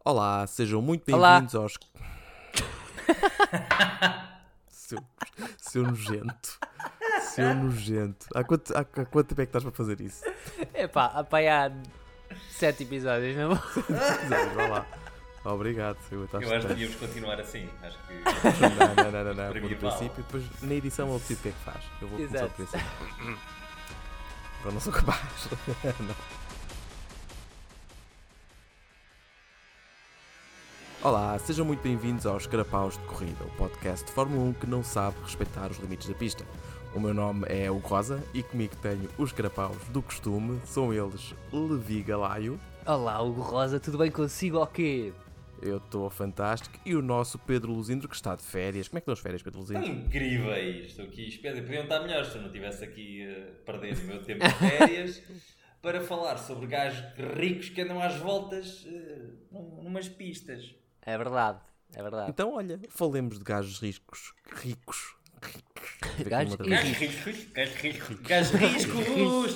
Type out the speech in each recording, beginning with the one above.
Olá, sejam muito Olá. bem-vindos aos... Seu nojento. Seu nojento. Há quanto tempo é que estás para fazer isso? Epá, há 7 episódios, não? Vá lá. Obrigado. Eu acho que devíamos continuar assim. Acho que. Não. Por o princípio, depois na edição ele decide o que é que faz. Eu vou começar por princípio. Agora não sou capaz. Não. Olá, sejam muito bem-vindos aos Carapaus de Corrida, o podcast de Fórmula 1 que não sabe respeitar os limites da pista. O meu nome é Hugo Rosa e comigo tenho os carapaus do costume, são eles Levi Galaio. Olá, Hugo Rosa, tudo bem consigo ou quê? Eu estou fantástico. E o nosso Pedro Luzindro, que está de férias. Como é que estão as férias, Pedro Luzindro? Estão incríveis. Estou aqui. Podiam estar melhores se eu não estivesse aqui a perder o meu tempo de férias para falar sobre gajos ricos que andam às voltas numas pistas. É verdade. Então, olha, falemos de gajos ricos. Gajos riscos.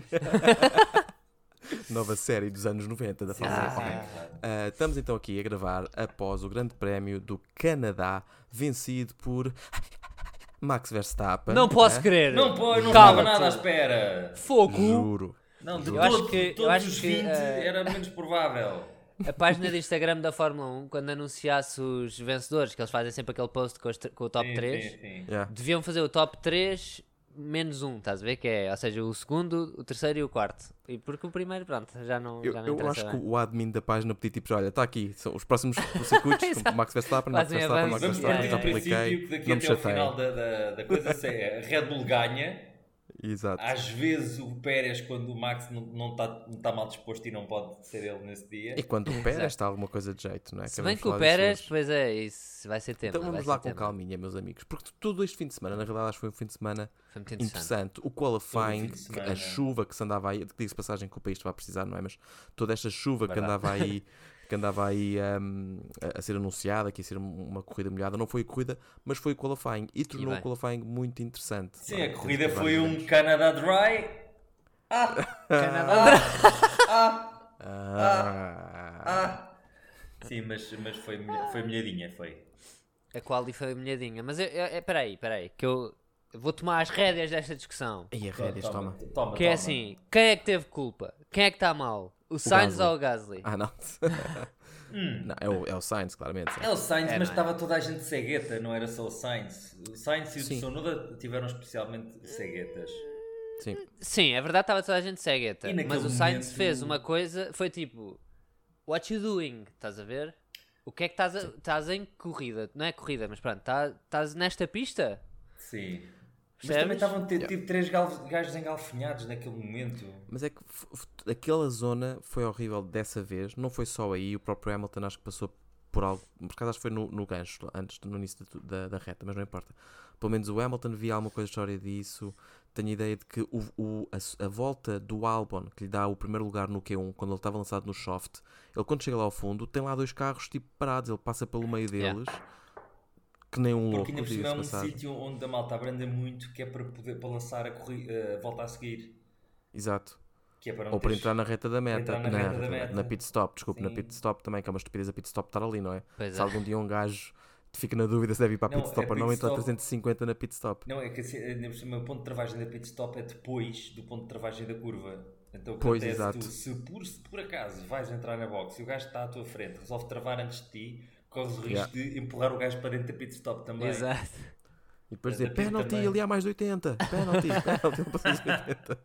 Nova série dos anos 90 da Fórmula 1. Estamos então aqui a gravar após o Grande Prémio do Canadá, vencido por Max Verstappen. Não posso crer. Não estava nada à espera. Fogo. Juro. Não, de Eu acho que os 20 era menos provável. A página de Instagram da Fórmula 1, quando anunciasse os vencedores, que eles fazem sempre aquele post com o top 3, sim. Yeah. deviam fazer o top 3 menos 1, estás a ver? Que é, ou seja, o segundo, o terceiro e o quarto. E porque o primeiro, pronto, já não Eu acho bem. que o admin da página podia tipo, olha, está aqui, são os próximos circuitos, Max Verstappen, Vamos Vamos partir já do princípio que daqui até ao final da coisa, se a Red Bull ganha. Exato. Às vezes o Pérez, quando o Max não está mal disposto e não pode ser ele nesse dia. E quando o Pérez está alguma coisa de jeito, não é? Se bem que o Pérez, pois é, isso vai ser tema. Então vamos lá com calminha, meus amigos, porque todo este fim de semana, na realidade acho que foi um fim de semana interessante. O qualifying, a chuva que se andava aí, diga-se passagem que o país vai precisar, não é? Mas toda esta chuva que andava aí a ser anunciada, que ia ser uma corrida molhada, não foi a corrida, mas foi o qualifying e tornou o qualifying muito interessante. Sim, a corrida foi um Canada Dry. Canadá Dry. Sim, mas foi molhadinha, foi. A quali foi molhadinha, mas peraí, que eu vou tomar as rédeas desta discussão. E a rédeas, toma. Que é assim, quem é que teve culpa? Quem é que está mal? O Sainz ou o Gasly? Não. Não, é o Sainz, claramente. É o Sainz, mas estava toda a gente cegueta, não era só o Sainz. O Sainz e o Tsunoda tiveram especialmente ceguetas. Sim, é verdade, estava toda a gente cegueta. Mas o Sainz fez uma coisa, foi tipo, what you doing? Estás a ver? O que é que estás em corrida? Não é corrida, mas pronto, estás nesta pista? Sim. Percebes? Mas também estavam tipo 3 gajos engalfinhados naquele momento. Mas é que aquela zona foi horrível dessa vez. Não foi só aí. O próprio Hamilton acho que passou por algo. Por acaso acho que foi no gancho, no início da reta, mas não importa. Pelo menos o Hamilton via alguma coisa de história disso. Tenho a ideia de que a volta do Albon, que lhe dá o primeiro lugar no Q1, quando ele estava lançado no soft, ele quando chega lá ao fundo, tem lá 2 carros tipo parados. Ele passa pelo meio deles. Que nem um louco. Porque ainda por cima é um sítio onde a malta abranda muito, que é para lançar a volta a seguir. Exato. Que é para ou para entrar na reta da meta. Na pit stop, desculpe. Sim. Na pit stop também, que é uma estupidez a pit stop estar ali, não é? Pois se algum dia um gajo fica na dúvida se deve ir para a pit stop ou não, entra a 350 na pit stop. Não, é que assim, o ponto de travagem da pit stop é depois do ponto de travagem da curva. Então o que pois, acontece, exato. se por acaso vais entrar na box e o gajo está à tua frente, resolve travar antes de ti, corres o risco de empurrar o gajo para dentro da pit stop também. Exato. E depois dizer, penalty, ali há mais de 80. Penalty, ele passou os 80.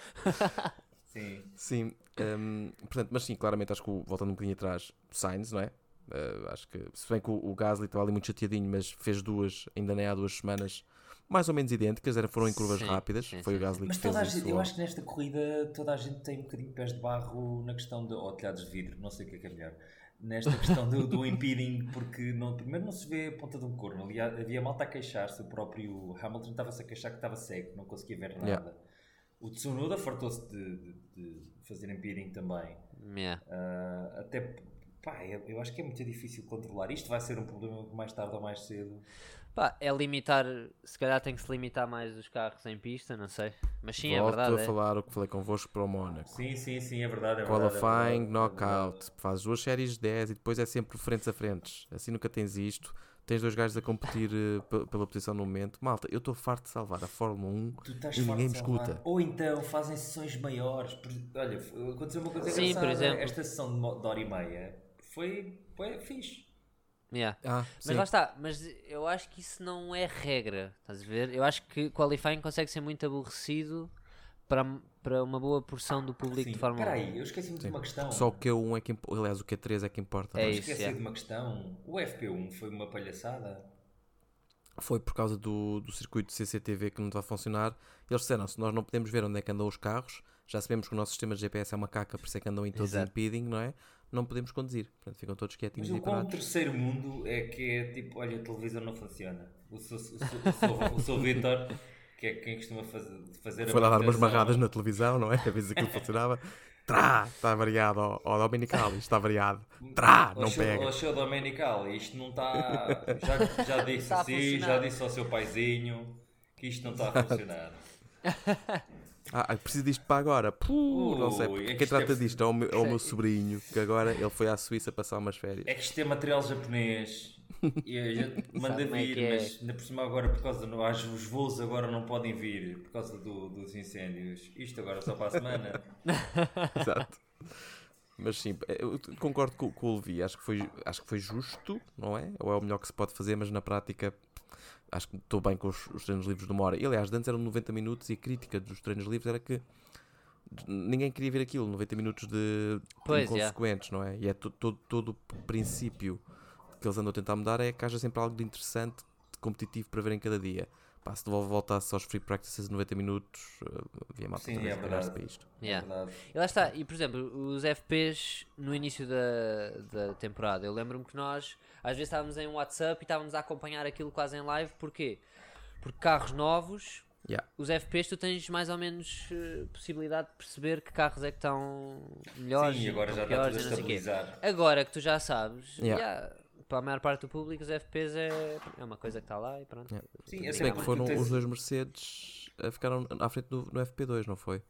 Sim. Portanto, mas sim, claramente acho que voltando um bocadinho atrás, Sainz, não é? Acho que, se bem que o Gasly estava ali muito chateadinho, mas fez ainda nem há 2 semanas, mais ou menos idênticas, foram em curvas rápidas. Foi o Gasly que fez isso. Eu acho que nesta corrida toda a gente tem um bocadinho de pés de barro na questão de telhados de vidro, não sei o que é melhor. Nesta questão do impeding, porque primeiro não se vê a ponta de um corno. Havia malta a queixar-se, o próprio Hamilton estava-se a queixar que estava cego, não conseguia ver nada. Yeah. O Tsunoda fartou-se de fazer impeding também. Yeah. Até Pá, eu acho que é muito difícil controlar. Isto vai ser um problema mais tarde ou mais cedo. Pá, é limitar, se calhar tem que se limitar mais os carros em pista, não sei. Mas sim, Volto é verdade. a falar o que falei convosco para o Mónaco. Sim, é verdade. Qualifying, knockout. Fazes 2 séries de 10 e depois é sempre frentes a frentes. Assim nunca tens isto. Tens 2 gajos a competir pela posição no momento. Malta, eu estou farto de salvar a Fórmula 1 e ninguém me escuta. Ou então fazem sessões maiores. Olha, aconteceu uma coisa engraçada. Por exemplo. Esta sessão de hora e meia foi fixe. Yeah. Mas sim. lá está, mas eu acho que isso não é regra, estás a ver? Eu acho que qualifying consegue ser muito aborrecido para uma boa porção do público de Fórmula 1. Espera aí, eu esqueci-me de uma questão. Só o Q1 é que importa, aliás o Q3 é que importa. É Eu isso, esqueci de uma questão. O FP1 foi uma palhaçada. Foi por causa do circuito de CCTV que não está a funcionar. Eles disseram, se nós não podemos ver onde é que andam os carros, já sabemos que o nosso sistema de GPS é uma caca, por isso é que andam em todos impeding, não é? Não podemos conduzir, portanto ficam todos quietinhos e parados. Mas o terceiro mundo é que é tipo, olha, a televisão não funciona. O seu Vitor, que é quem costuma fazer foi lá dar umas marradas na televisão, não é? A vez aquilo funcionava. Está variado, ó Domenical, isto está variado. Não pega. Ó seu Domenical, isto não está. Já disse Está assim, já disse ao seu paizinho que isto não está a funcionar. Preciso disto para agora. Não sei, porque quem trata disto é o meu sobrinho, que agora ele foi à Suíça passar umas férias. É que isto é material japonês e a gente manda vir, mas ainda por cima agora, por causa os voos agora não podem vir por causa dos incêndios. Isto agora só para a semana. Exato. Mas sim, eu concordo com o Levi, acho que foi justo, não é? Ou é o melhor que se pode fazer, mas na prática acho que estou bem com os treinos livres de uma hora. E aliás, antes eram 90 minutos e a crítica dos treinos livres era que ninguém queria ver aquilo, 90 minutos de inconsequentes, não é? E é todo o princípio que eles andam a tentar mudar é que haja sempre algo de interessante, de competitivo para ver em cada dia. Pá, se voltasse aos free practices de 90 minutos, havia malta também preparar-se para isto. Yeah. E lá está, e por exemplo, os FPs no início da temporada, eu lembro-me que nós às vezes estávamos em WhatsApp e estávamos a acompanhar aquilo quase em live, porquê? Porque carros novos, os FPs tu tens mais ou menos possibilidade de perceber que carros é que estão melhores. Sim, agora já piores, está tudo a estabilizar. Agora que tu já sabes, para a maior parte do público os FPs é uma coisa que está lá e pronto. Sim, se bem que foram os dois Mercedes ficaram à frente no FP2, não foi?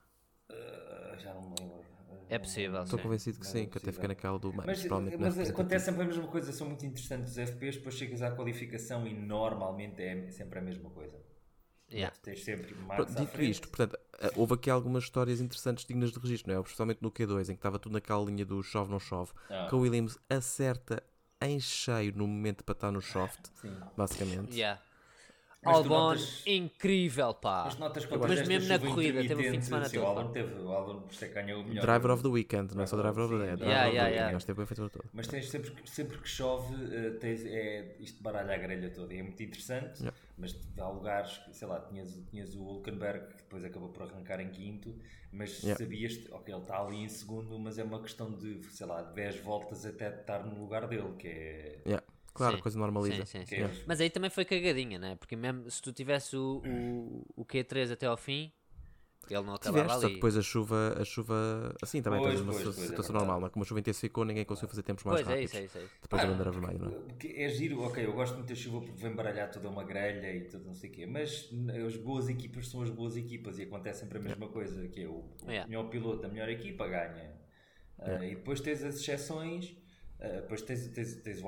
Já não me lembro. É possível. Estou convencido que sim, que até fiquei naquela do mas acontece sempre a mesma coisa, são muito interessantes os FPs, depois chegas à qualificação e normalmente é sempre a mesma coisa. Tens sempre mais dito isto, portanto, houve aqui algumas histórias interessantes dignas de registro, não é? Especialmente no Q2, em que estava tudo naquela linha do chove não chove, que o Williams acerta em cheio no momento para estar no soft, basicamente. Albon, incrível, pá. Mas mesmo na corrida, teve o fim de semana todo. O Albon por isso é que ganhou o melhor. Driver of the Weekend, não é só Driver of the Day. Mas teve Mas tens sempre que chove, isto baralha a grelha toda. E é muito interessante, mas há lugares, sei lá, tinhas o Hülkenberg, que depois acabou por arrancar em quinto, mas sabias, ok, ele está ali em segundo, mas é uma questão de, sei lá, 10 voltas até estar no lugar dele, que é... Claro, a coisa normaliza. Sim. Mas aí também foi cagadinha, né? Porque mesmo se tu tivesse o Q3 até ao fim, ele não acabava ali. Só depois a chuva assim também tens uma situação normal, não é? Como a chuva intensificou, ninguém conseguiu fazer tempos mais rápidos. É isso. Depois da bandeira vermelha, não é? É giro, ok, eu gosto muito da chuva porque vem baralhar toda uma grelha e tudo não sei o quê, mas as boas equipas são as boas equipas e acontece sempre a mesma coisa, que é o melhor piloto, a melhor equipa ganha. E depois tens as exceções. Depois tens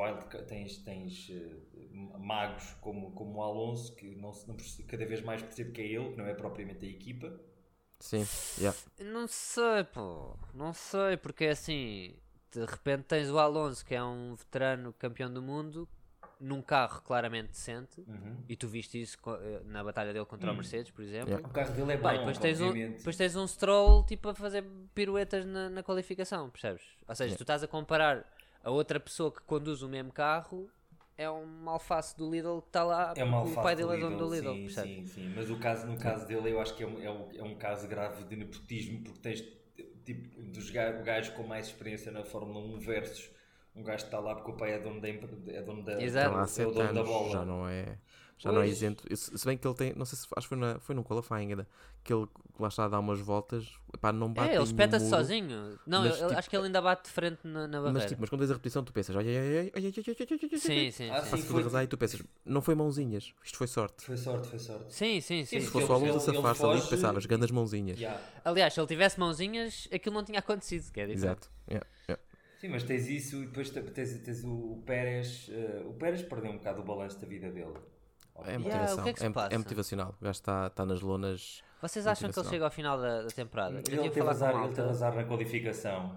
magos como o Alonso, que não cada vez mais percebe que é ele, que não é propriamente a equipa. Sim, Não sei, porque assim, de repente tens o Alonso, que é um veterano campeão do mundo, num carro claramente decente, e tu viste isso na batalha dele contra o Mercedes, por exemplo. O carro dele é bom, depois tens um Stroll tipo a fazer piruetas na qualificação, percebes? Ou seja, tu estás a comparar a outra pessoa que conduz o mesmo carro, é um alface do Lidl que está lá, o pai dele é dono do Lidl, percebes? Sim, mas no caso dele eu acho que é um caso grave de nepotismo, porque tens tipo, o gajo com mais experiência na Fórmula 1 versus Um gajo que está lá porque o pai é dono da... É dono da Exato. Está lá há é o 7 dono da anos, bola. já não é isento. Se bem que ele tem, não sei se acho que foi num qualifying ainda, que ele lá está a dar umas voltas, pá, não bate Ele em espeta-se muro, sozinho. Não, mas, eu tipo, acho que ele ainda bate de frente na barreira. mas quando tens a repetição tu pensas, ai, ai, ai, ai, ai, ai, ai, Sim, sim, Ah, sim. sim. passa tudo a arrasar e tu pensas, não foi mãozinhas, isto foi sorte. Foi sorte. Sim, sim, sim. Sim, Se fosse Ele- só a luz a ele safar-se ali, foge- pensavas, grandes mãozinhas. Yeah. Aliás, se ele tivesse mãozinhas, aquilo não tinha acontecido, que é diferente. Exato. Yeah, yeah. Sim, mas tens isso e depois tens o Pérez. O Pérez perdeu um bocado o balanço da vida dele. É Yeah, motivação, o que é que se passa? é motivacional. O gajo está nas lonas. Vocês acham que ele motivacional. chega ao final da temporada? Eu Ele tive que teve falar azar, com a ele teve malta. azar na qualificação.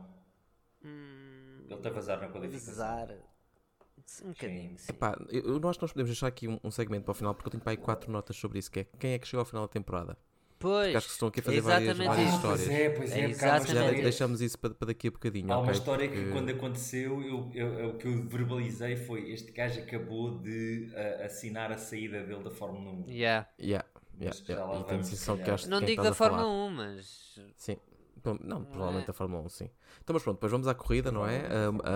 Ele teve azar na qualificação. Azar. Um bocadinho, sim. Epá, eu não acho que nós podemos deixar aqui um segmento para o final, porque eu tenho para aí 4 notas sobre isso, que é quem é que chegou ao final da temporada. Pois, Porque acho que estão aqui a fazer exatamente várias isso. histórias. Pois É é, porque há uma exatamente Já história, isso. deixamos isso para daqui a bocadinho. há uma ok? história que Porque- quando aconteceu, o que eu verbalizei foi este gajo acabou de assinar a saída dele da Fórmula 1. Yeah. Yeah, Mas já lá E tenho a vamos, sensação se que calhar. acho Não quem digo estás da a falar. Fórmula 1, mas. Sim. Não, provavelmente da Fórmula 1, sim. Então, mas pronto, depois vamos à corrida, não é?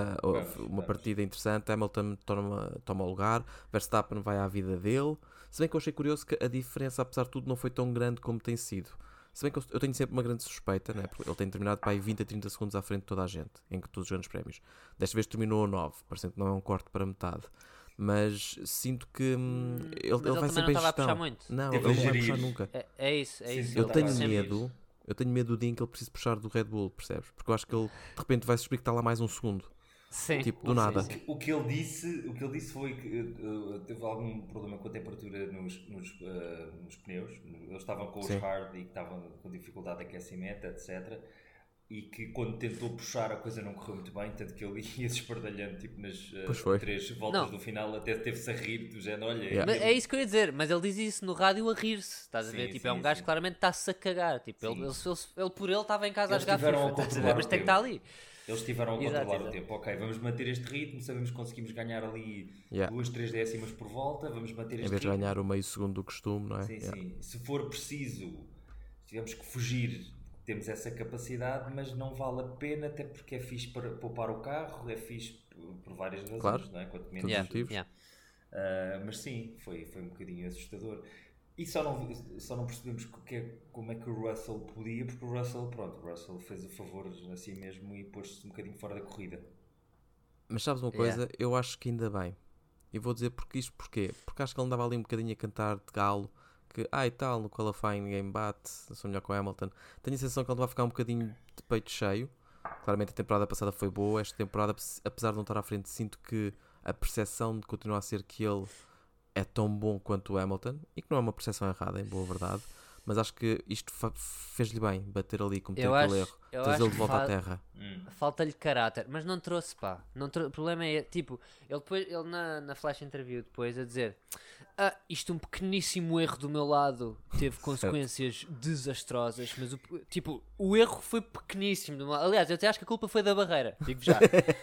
Uma partida interessante. Hamilton toma o lugar, Verstappen vai à vida dele. Se bem que eu achei curioso que a diferença, apesar de tudo, não foi tão grande como tem sido. Se bem que eu tenho sempre uma grande suspeita, né? Porque ele tem terminado para aí 20 a 30 segundos à frente de toda a gente, em todos os grandes prémios. Desta vez terminou a 9, parecendo que não é um corte para metade. Mas sinto que ele Mas ele vai também sempre não em estava a gestão. puxar muito. Não, Teve ele a não vai gerir. puxar nunca. É isso, é Sim, isso. sim, Eu ele tenho estava sempre medo. Eu tenho medo do dia em que ele precise puxar do Red Bull, percebes? Porque eu acho que ele de repente vai descobrir que está lá mais um segundo. Sim. Tipo, do nada. Sim, sim. O que ele disse foi que teve algum problema com a temperatura nos pneus. Eles estavam com os Sim. hard e que estavam com dificuldade de aquecimento, etc. E que quando tentou puxar a coisa não correu muito bem, tanto que ele ia se espardalhando tipo, nas Pois foi. 3 voltas Não. do final, até teve-se a rir do género, olha, Yeah. Mas é isso que eu ia dizer, mas ele diz isso no rádio a rir-se, estás a ver? Sim, Tipo, sim, é um gajo sim. que claramente está-se a cagar. Tipo, ele por ele estava em casa Eles a jogar tiveram FIFA, a estás a ver? controlar Mas o tem que tempo. estar ali. Eles tiveram a Exato, controlar o exato. tempo. Ok, vamos manter este ritmo, sabemos que conseguimos ganhar ali Yeah. 2, 3 décimas por volta, vamos manter Em este vez de ritmo. ganhar o meio segundo do costume, não é? Sim, Yeah. sim. Se for preciso, se tivermos que fugir, temos essa capacidade, mas não vale a pena, até porque é fixe para poupar o carro, é fixe por várias razões, Claro. não é? Quanto menos. Todos Yeah, os motivos. yeah. Mas sim, foi um bocadinho assustador. E só não percebemos como é que o Russell podia, porque o Russell fez o favor a si mesmo e pôs-se um bocadinho fora da corrida. Mas sabes uma coisa? Eu acho que ainda bem. E vou dizer porquê? Porque acho que ele andava ali um bocadinho a cantar de galo. Que, e tal, no qualifying ninguém bate, sou melhor com o Hamilton. Tenho a sensação que ele vai ficar um bocadinho de peito cheio. Claramente a temporada passada foi boa. Esta temporada, apesar de não estar à frente, sinto que a percepção de continuar a ser que ele é tão bom quanto o Hamilton. E que não é uma percepção errada, em boa verdade. Mas acho que isto fez-lhe bem, bater ali, cometer Eu aquele acho- erro. eu Trazê-lo acho de que volta à terra. Falta-lhe caráter, mas não trouxe, pá. O problema é, tipo, ele na flash interview depois a dizer: isto um pequeníssimo erro do meu lado teve consequências desastrosas, mas o erro foi pequeníssimo do meu lado. Aliás, eu até acho que a culpa foi da barreira, digo já.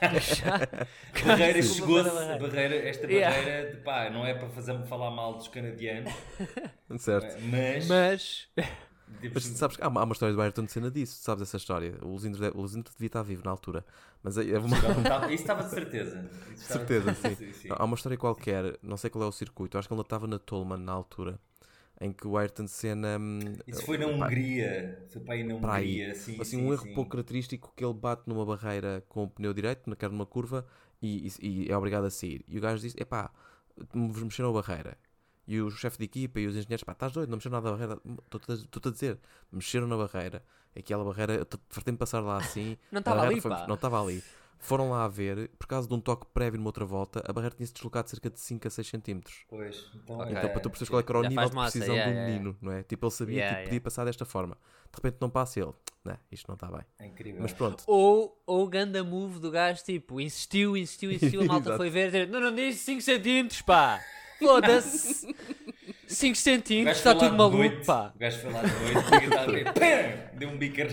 Barreira A culpa chegou-se, foi da barreira. esta Yeah. barreira, de, pá, não é para fazer-me falar mal dos canadianos, Certo. mas Mas sabes que há uma história do Ayrton Senna disso, sabes essa história? O Luzindo devia estar vivo na altura. Mas é uma... isso estava de certeza. Isso estava de certeza, sim. Há uma história qualquer, não sei qual é o circuito, acho que ele estava na Toleman na altura, em que o Ayrton Senna... Isso foi na Hungria, foi para aí na para aí, Hungria, sim, assim, sim, um erro sim. pouco característico que ele bate numa barreira com o pneu direito, quer numa curva, e é obrigado a sair. E o gajo disse, mexeram a barreira. E o chefe de equipa e os engenheiros, estás doido, não mexeram nada a barreira. Estou-te a dizer, mexeram na barreira. Aquela barreira, fartei-me passar lá assim. Não estava ali, foi, pá. não estava ali. Foram lá a ver, por causa de um toque prévio numa outra volta, a barreira tinha-se deslocado cerca de 5 a 6 centímetros. Pois, então, Ok. Então para tu perceberes qual é que era o Já nível faz de massa, precisão yeah, do yeah, menino, não é? Tipo, ele sabia Yeah, que podia passar desta forma. De repente não passa ele. Não, isto não está bem. é incrível. Mas pronto. Ou o ganda move do gajo, tipo, insistiu, a malta Exato. foi ver, dizer, não disse 5 centímetros, pá. Foda-se. 5 O centímetros, gajo está foi lá tudo de maluco, noite, pá. O gajo foi lá de noite e estava a ver, pam! Deu um bicar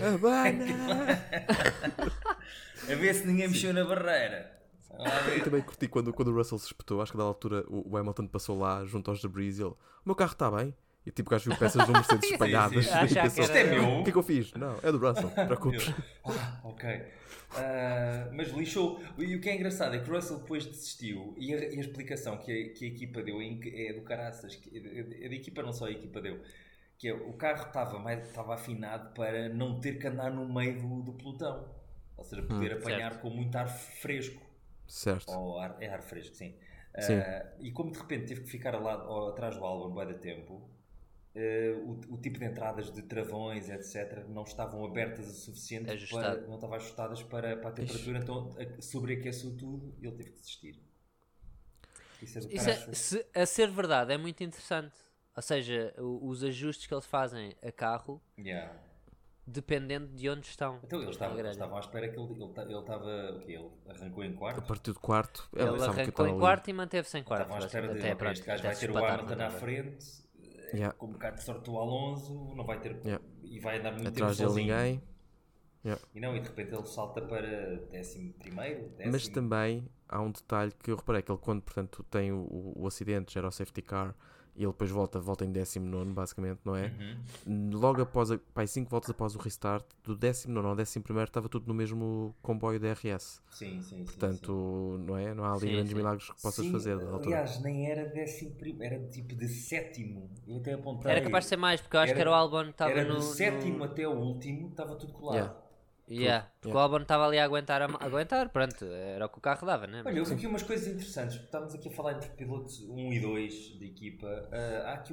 a ver se ninguém mexeu na barreira. Eu também curti quando o Russell se espetou. Acho que da altura o Hamilton passou lá junto aos debris e ele, o meu carro está bem. E tipo, o gajo viu peças do Mercedes espalhadas. Sim, E Achar que pensou, Isto é meu. o que é que eu fiz? Não, é do Russell, não te preocupes. Ok. Mas lixou. E o que é engraçado é que o Russell depois desistiu e a explicação que a equipa deu é do caraças. A equipa, não só a equipa deu. Que é, o carro estava afinado para não ter que andar no meio do pelotão. Ou seja, poder apanhar certo. com muito ar fresco. Certo. Ou ar fresco, sim. Sim. E como de repente teve que ficar atrás do Albon bué de tempo, o tipo de entradas de travões, etc., não estavam abertas o suficiente não estavam ajustadas para a temperatura, então sobreaqueceu tudo e ele teve que desistir. A ser verdade, é muito interessante. Ou seja, os ajustes que eles fazem a carro, dependendo de onde estão. Então eles estavam à espera que ele estava. O quê? Ele arrancou em quarto? A partir do quarto, Ele arrancou em quarto e manteve-se em quarto. Estavam à espera de este gajo vai ter o Hamilton à frente. Com um bocado de sorte o Alonso, não vai ter. E vai andar muito atrás tempo dele sozinho. ninguém. E de repente ele salta para 11º. Mas também há um detalhe que eu reparei, que ele quando, portanto, tem o acidente, gera o safety car, e ele depois volta em 19º, basicamente, não é? Logo após, 5 voltas após o restart, do 19º ao 11º estava tudo no mesmo comboio da DRS. Sim. Portanto, não é? Não há ali grandes milagres que possas fazer. Aliás, nem era 11º, era tipo de 7º. Eu até apontei. Era capaz de ser mais, porque eu acho que era o Albon que estava no... Era do 7º até o último, estava tudo colado. Porque o Albon estava ali a aguentar, pronto, era o que o carro dava, né? Olha, houve aqui umas coisas interessantes, porque estávamos aqui a falar entre pilotos 1 e 2 de equipa. Há aqui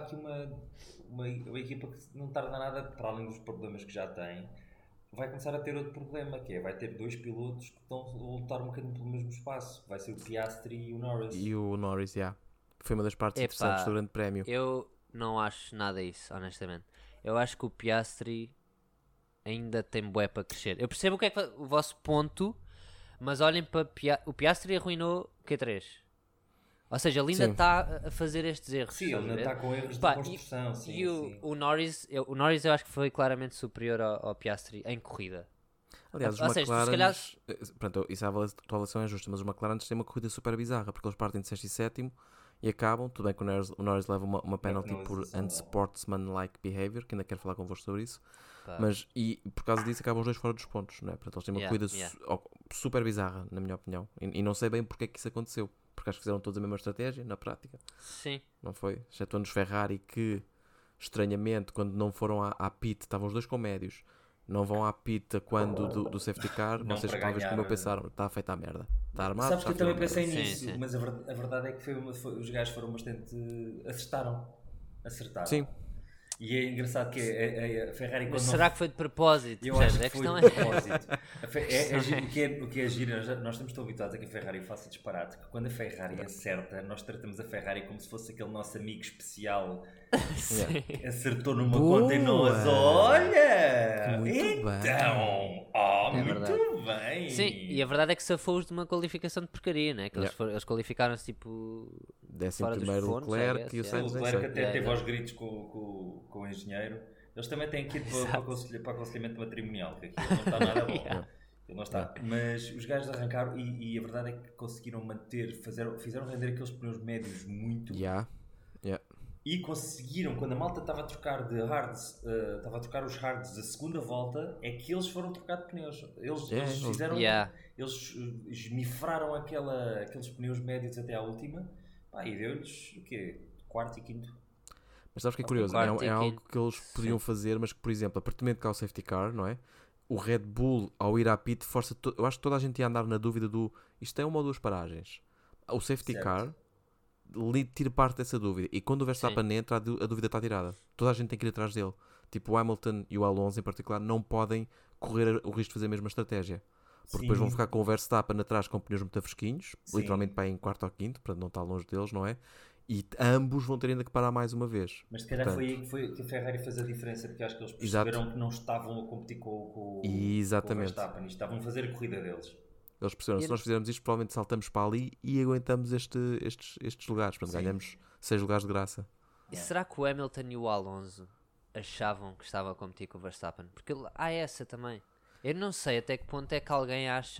uma equipa que não tarda nada, para além dos problemas que já tem, vai começar a ter outro problema, que é, vai ter 2 pilotos que estão a lutar um bocadinho pelo mesmo espaço. Vai ser o Piastri e o Norris. E o Norris, foi uma das partes interessantes do Grande Prémio. Eu não acho nada isso, honestamente. Eu acho que o Piastri ainda tem bué para crescer. Eu percebo o que é o vosso ponto, mas olhem para o Piastri arruinou o Q3. Ou seja, ele ainda está a fazer estes erros. Sim, ele ainda está com erros de construção. O Norris eu acho que foi claramente superior ao Piastri em corrida. Aliás, os McLaren, pronto, isso a tua avaliação é justa, mas os McLaren têm uma corrida super bizarra, porque eles partem de 6º e 7º e acabam, tudo bem que o Norris leva uma penalty por unsportsmanlike behavior, que ainda quero falar convosco sobre isso. Mas, e por causa disso acabam os dois fora dos pontos, não é? Portanto, eles têm uma corrida super bizarra, na minha opinião. E não sei bem porque é que isso aconteceu. Porque acho que fizeram todos a mesma estratégia, na prática. Sim. Não foi? Excetuando os Ferrari que, estranhamente, quando não foram à pit, estavam os dois com médios. Não vão à pit quando do safety car. Vocês talvez como eu pensaram, está feita a merda. Está armado. Sabes que eu também pensei nisso, mas a verdade é que os gajos foram bastante. Acertaram. Sim. E é engraçado que a Ferrari... Mas será que foi de propósito? Eu acho que foi de propósito. O que é giro, nós estamos tão habituados a que a Ferrari faça disparate, que quando a Ferrari acerta, nós tratamos a Ferrari como se fosse aquele nosso amigo especial que acertou numa conta e nós, olha! Muito então! Muito bem! Sim, e a verdade é que safou-os de uma qualificação de porcaria, né? Que eles qualificaram-se tipo... 11º Leclerc e o Sainz. O Leclerc até teve aos gritos com o engenheiro. Eles também têm que ir para aconselhamento matrimonial, que aqui não está nada bom. Ele não está. Mas os gajos arrancaram e a verdade é que conseguiram manter, fizeram render aqueles pneus médios muito. E conseguiram, quando a malta estava a trocar de hards, estava a trocar os hards da segunda volta, é que eles foram trocar de pneus. Eles fizeram. Eles esmifraram aqueles pneus médios até à última. E deu-lhes o quê? 4º e 5º. Mas sabes o que é curioso? É algo que eles podiam fazer, mas que, por exemplo, a partir do momento que há o safety car, não é? O Red Bull, ao ir à pit, força. Eu acho que toda a gente ia andar na dúvida isto é uma ou duas paragens. O safety car tira parte dessa dúvida. E quando o Verstappen entra, a dúvida está tirada. Toda a gente tem que ir atrás dele. Tipo, o Hamilton e o Alonso, em particular, não podem correr o risco de fazer a mesma estratégia. Porque depois vão ficar com o Verstappen atrás com pneus muito fresquinhos, literalmente para ir em 4º ou 5º, para não estar longe deles, não é? E ambos vão ter ainda que parar mais uma vez. Mas se calhar foi aí que a Ferrari fez a diferença, porque acho que eles perceberam que não estavam a competir com o Verstappen e estavam a fazer a corrida deles. Eles perceberam, se nós fizermos isto, provavelmente saltamos para ali e aguentamos estes lugares. Portanto, ganhamos 6 lugares de graça. E será que o Hamilton e o Alonso achavam que estavam a competir com o Verstappen? Porque há essa também. Eu não sei até que ponto é que alguém acha que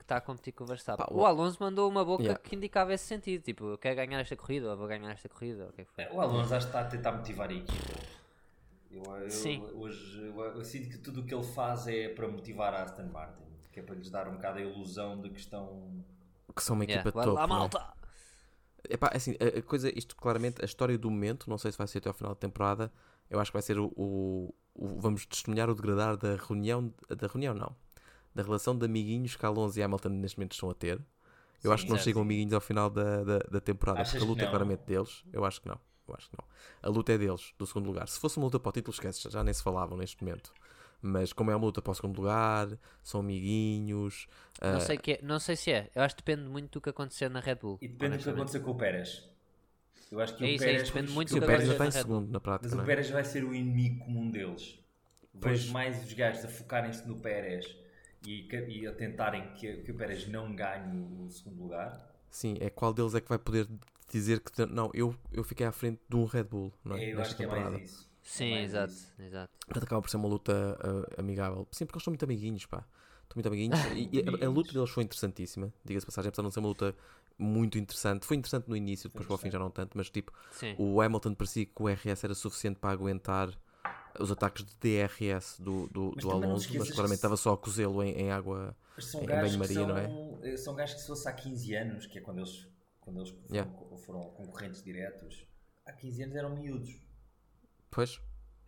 está a competir com o Verstappen. Pá, o Alonso mandou uma boca Yeah. que indicava esse sentido. Tipo, eu quero ganhar esta corrida, ou vou ganhar esta corrida. Ou o que é que foi? O Alonso acho que está a tentar motivar a equipa. Sim. Eu sinto que tudo o que ele faz é para motivar a Aston Martin, que é para lhes dar um bocado a ilusão de que estão... Que são uma equipa Vai top. lá, não é? malta! Epá, assim, a coisa, isto claramente, a história do momento, não sei se vai ser até ao final da temporada, eu acho que vai ser vamos testemunhar o degradar da reunião não, da relação de amiguinhos que Alonso e Hamilton neste momento estão a ter. Eu Sim, acho que não certo. chegam amiguinhos ao final da temporada, Achas porque a luta que é não? claramente deles. Eu acho que não. A luta é deles, do segundo lugar. Se fosse uma luta para o título, esquece, já nem se falavam neste momento. Mas como é uma luta para o segundo lugar, são amiguinhos. Não sei se é. Eu acho que depende muito do que acontecer na Red Bull. E depende do que honestamente. acontecer com o Pérez. Eu acho que É o isso, Pérez... depende muito E do o que Pérez acontecer ainda está em na Red Bull. segundo, na prática. Mas não o é? Pérez vai ser o inimigo comum deles. Pois. Vejo mais os gajos a focarem-se no Pérez e a tentarem que o Pérez não ganhe o segundo lugar. Sim, é qual deles é que vai poder dizer que não, eu fiquei à frente de um Red Bull, não é? Eu Nesta acho que é temporada. mais isso. Sim, mais exato, isso. exato. Portanto, acaba por ser uma luta amigável. Sim, porque eles estão muito amiguinhos, pá. Estão muito amiguinhos. E a luta deles foi interessantíssima. Diga-se de passagem, apesar de não ser uma luta muito interessante. Foi interessante no início, depois para o fim já não tanto. Mas tipo, Sim. o Hamilton parecia que o RS era suficiente para aguentar os ataques de DRS do Mas também não te Alonso. esqueças Mas claramente que estava só a cozê-lo em água, Mas são em gajos banho-maria, não é? São gajos que se fosse há 15 anos, que é quando eles Yeah. foram concorrentes diretos, há 15 anos eram miúdos. Pois,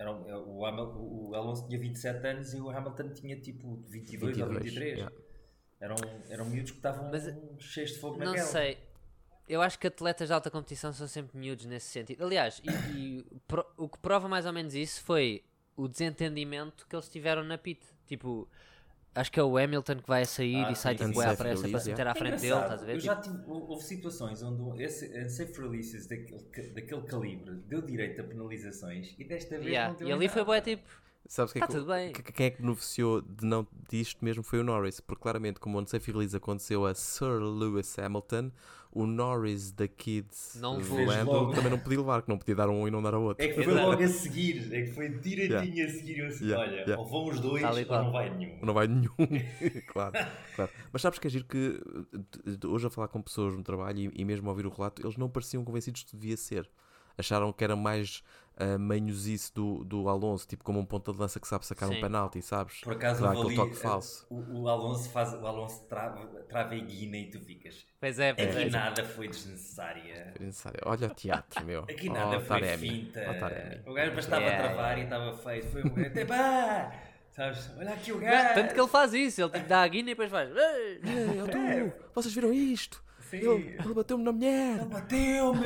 O Alonso tinha 27 anos e o Hamilton tinha tipo 22 ou 23. yeah. Eram miúdos que estavam Mas, cheios de fogo Não naquela. sei. Eu acho que atletas de alta competição são sempre miúdos nesse sentido. Aliás, o que prova mais ou menos isso foi o desentendimento que eles tiveram na pit. Tipo, acho que é o Hamilton que vai a sair e sai sim, tipo sim. bué à Unsafe pressa para release, se meter à frente dele, engraçado. estás a ver? Eu Tipo, já houve situações onde esse unsafe releases daquele calibre deu direito a penalizações e desta vez não deu e ali nada. foi bué tipo, sabes o que é tá que, tudo bem. quem é que beneficiou disto mesmo foi o Norris, porque claramente, como o unsafe release aconteceu a Sir Lewis Hamilton, o Norris da Kids Não do fez Lando logo. também não podia levar, que não podia dar um e não dar a outro. É que foi Exato. logo a seguir, é que foi direitinho a seguir. Eu assim, Yeah, olha, yeah. ou vão os dois Tal e ou qual. não vai nenhum. Não vai nenhum. claro. Mas sabes que é giro que hoje a falar com pessoas no trabalho e mesmo a ouvir o relato, eles não pareciam convencidos que devia ser. Acharam que era mais manhosice do Alonso, tipo como um ponta de lança que sabe sacar Sim. um penalti, sabes? Por acaso Dá houve aquele ali, toque falso. o Alonso trava a guina e tu ficas. Pois é, pois Aqui é. nada foi desnecessária. Olha o teatro, meu. Aqui nada foi Taremi. finta. Taremi. O gajo bastava Yeah, travar e estava feito. Foi um até pá! Sabes? Olha aqui o gajo. Tanto que ele faz isso, ele tipo, dá a guina e depois faz. Ei, vocês viram isto? Sim. Ele bateu-me na mulher. Ele bateu-me!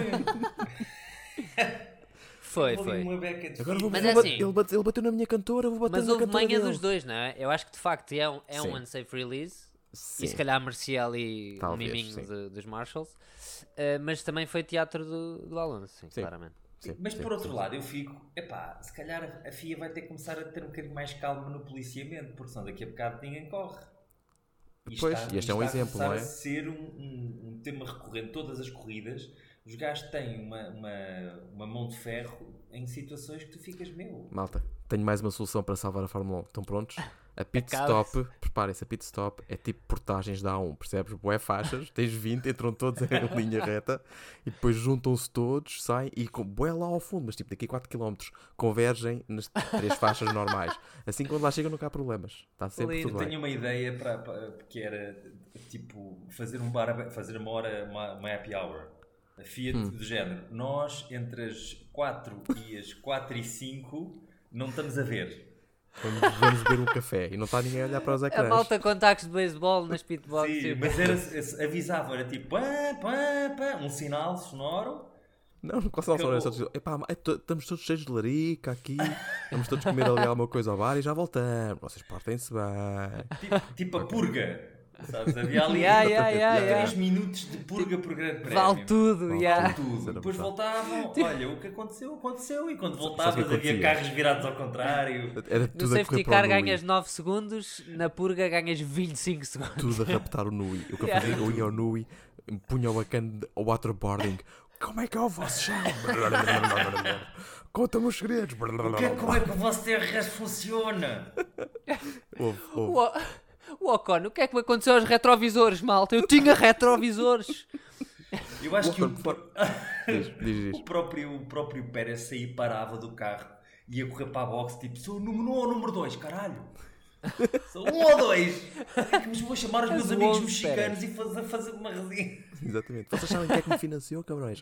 Foi. Uma beca de Agora fita. Mas é assim- ele bateu na minha cantora, vou bater Mas na houve cantora manha dele. dos dois, não é? Eu acho que de facto é um Sim. unsafe release. Sim. E se calhar merecia ali Talvez, um miminho sim. dos Marshalls. Mas também foi teatro do Alonso, sim, Sim. claramente. Sim, Mas sim, por outro sim. lado, eu fico, epá, se calhar a FIA vai ter que começar a ter um bocadinho mais calma no policiamento, porque senão daqui a bocado ninguém corre. Pois, e este é um está a exemplo, começar não é? a ser um tema recorrente todas as corridas. Os gajos têm uma mão de ferro em situações que tu ficas, meu. Malta, tenho mais uma solução para salvar a Fórmula 1. Estão prontos? A pit Acaba-se. stop, preparem-se, a pit stop é tipo portagens da A1, percebes? Bué faixas, tens 20, entram todos em linha reta e depois juntam-se todos, saem e com bué lá ao fundo, mas tipo daqui a 4 km convergem nas 3 faixas normais. Assim quando lá chegam não há problemas. Está sempre Lindo. tudo Tenho bem. uma ideia que era tipo fazer uma hora, uma happy hour. A Fiat do género. Nós entre as 4 e as 4 e 5 não estamos a ver. Vamos beber um café e não está ninguém a olhar para os A ecrãs. malta com taques de beisebol nas pitbox. Sim, tipo. mas avisava, era tipo pá, pá, pá, um sinal sonoro. Não, quase não são essas. Epá, estamos todos cheios de larica aqui, vamos todos comer ali alguma coisa ao bar e já voltamos. Vocês portem-se bem. Tipo a purga. Sabes? Havia ali Yeah. 3 minutos de purga por grande prémio. Vale tudo, Vale yeah. Tudo. Isso era Depois brutal. voltavam, olha, o que aconteceu, aconteceu. E quando Sabes o voltavas que havia acontecia? carros virados ao contrário. Era No tudo a correr safety para o car Nui. ganhas 9 segundos, na purga ganhas 25 segundos. Tudo a raptar o Nui. O que eu fazia, eu ia ao Nui, punha o bacana de waterboarding. Como é que é o vosso chão? Conta-me os segredos. Como é que o vosso TRS funciona? Ouve. O Ocon, o que é que me aconteceu aos retrovisores, malta? Eu tinha retrovisores. Eu acho que Diz. o próprio Pérez saía, parava do carro e ia correr para a boxe, tipo, sou o número 1 ou o número 2, caralho. Sou 1 ou 2. Mas vou chamar os meus amigos mexicanos e fazer uma resenha. Exatamente. Vocês sabem quem é que me financiou, cabrões?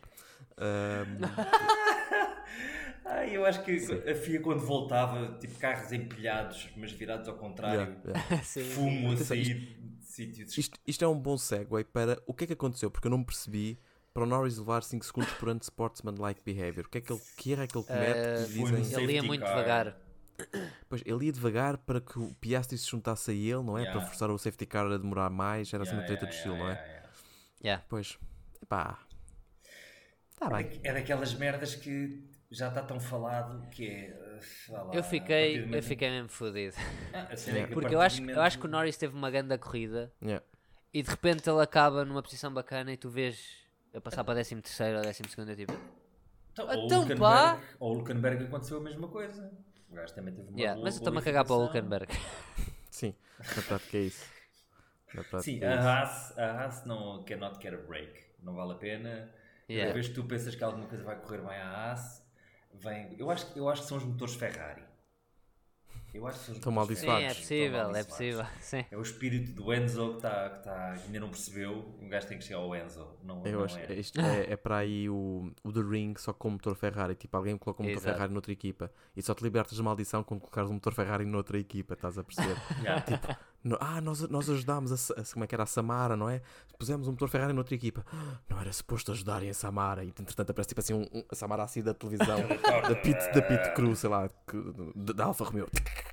Eu acho que a FIA quando voltava, tipo carros empilhados, mas virados ao contrário, fumo a sair de sítios. Isto é um bom segue para o que é que aconteceu, porque eu não percebi para o Norris levar 5 segundos por unsportsmanlike behavior. Que erro é que ele comete? Dizem... Ele ia muito devagar. Pois, ele ia devagar para que o Piastri se juntasse a ele, não é? Para forçar o safety car a demorar mais. Era assim uma treta de estilo, não é? Pois, pá. Tá bem. É daquelas merdas que já está tão falado que é... Eu fiquei mesmo fodido. Porque eu acho que o Norris teve uma grande corrida e de repente ele acaba numa posição bacana e tu vês a passar para 13º ou 12º, tipo... Ou o Hülkenberg aconteceu a mesma coisa. O gajo também teve uma boa mas eu estou-me a cagar para o Hülkenberg. Sim, na prática é isso. Sim, a Haas não cannot get a break. Não vale a pena. Cada vez que tu pensas que alguma coisa vai correr bem à Haas, vem... Eu acho que são os motores Ferrari. Estão maldiçoados. Sim, é possível. Sim. É o espírito do Enzo que ainda não percebeu. Um gajo tem que chegar ao Enzo. Isto é para aí o The Ring, só com o motor Ferrari. Tipo, alguém coloca um motor Ferrari noutra equipa e só te libertas da maldição quando colocares um motor Ferrari noutra equipa, estás a perceber? Tipo, nós ajudámos como é que era a Samara, não é? Pusemos um motor Ferrari noutra equipa. Não era suposto ajudarem a Samara. E entretanto aparece tipo assim a Samara assim da televisão da Pit Crew, sei lá, da Alfa Romeo.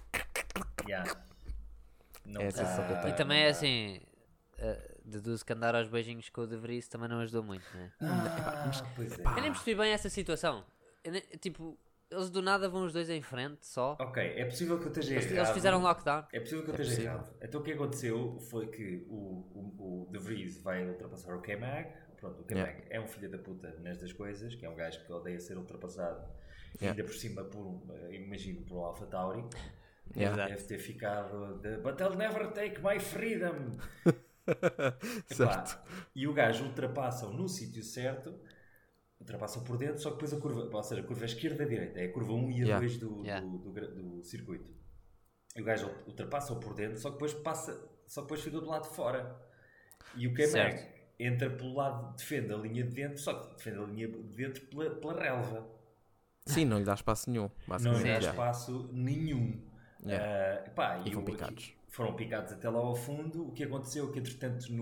E também é assim, deduzo que andar aos beijinhos com o De Vries também não ajudou muito, não é? Eu nem percebi bem essa situação. Tipo, eles do nada vão os dois em frente só. Ok, é possível que eu esteja errado. Eles fizeram lockdown. É possível que eu esteja errado. Então o que aconteceu foi que o De Vries vai ultrapassar o K-Mag. Pronto, o K-Mag é um filho da puta nestas coisas, que é um gajo que odeia ser ultrapassado. Ainda por cima, imagino, por um Alpha Tauri. Deve ter ficado But I'll never take my freedom. Certo. E o gajo ultrapassa-o no sítio certo, ultrapassa por dentro, só que depois a curva, ou seja, a curva esquerda e direita, é a curva 1 e a 2 do circuito. E o gajo ultrapassa-o por dentro, só que depois fica do lado de fora. E o K-Mag entra pelo lado, defende a linha de dentro, só que defende a linha de dentro pela relva. Sim, não lhe dá espaço nenhum. Não lhe dá espaço nenhum. E foram picados. Foram picados até lá ao fundo. O que aconteceu que entretanto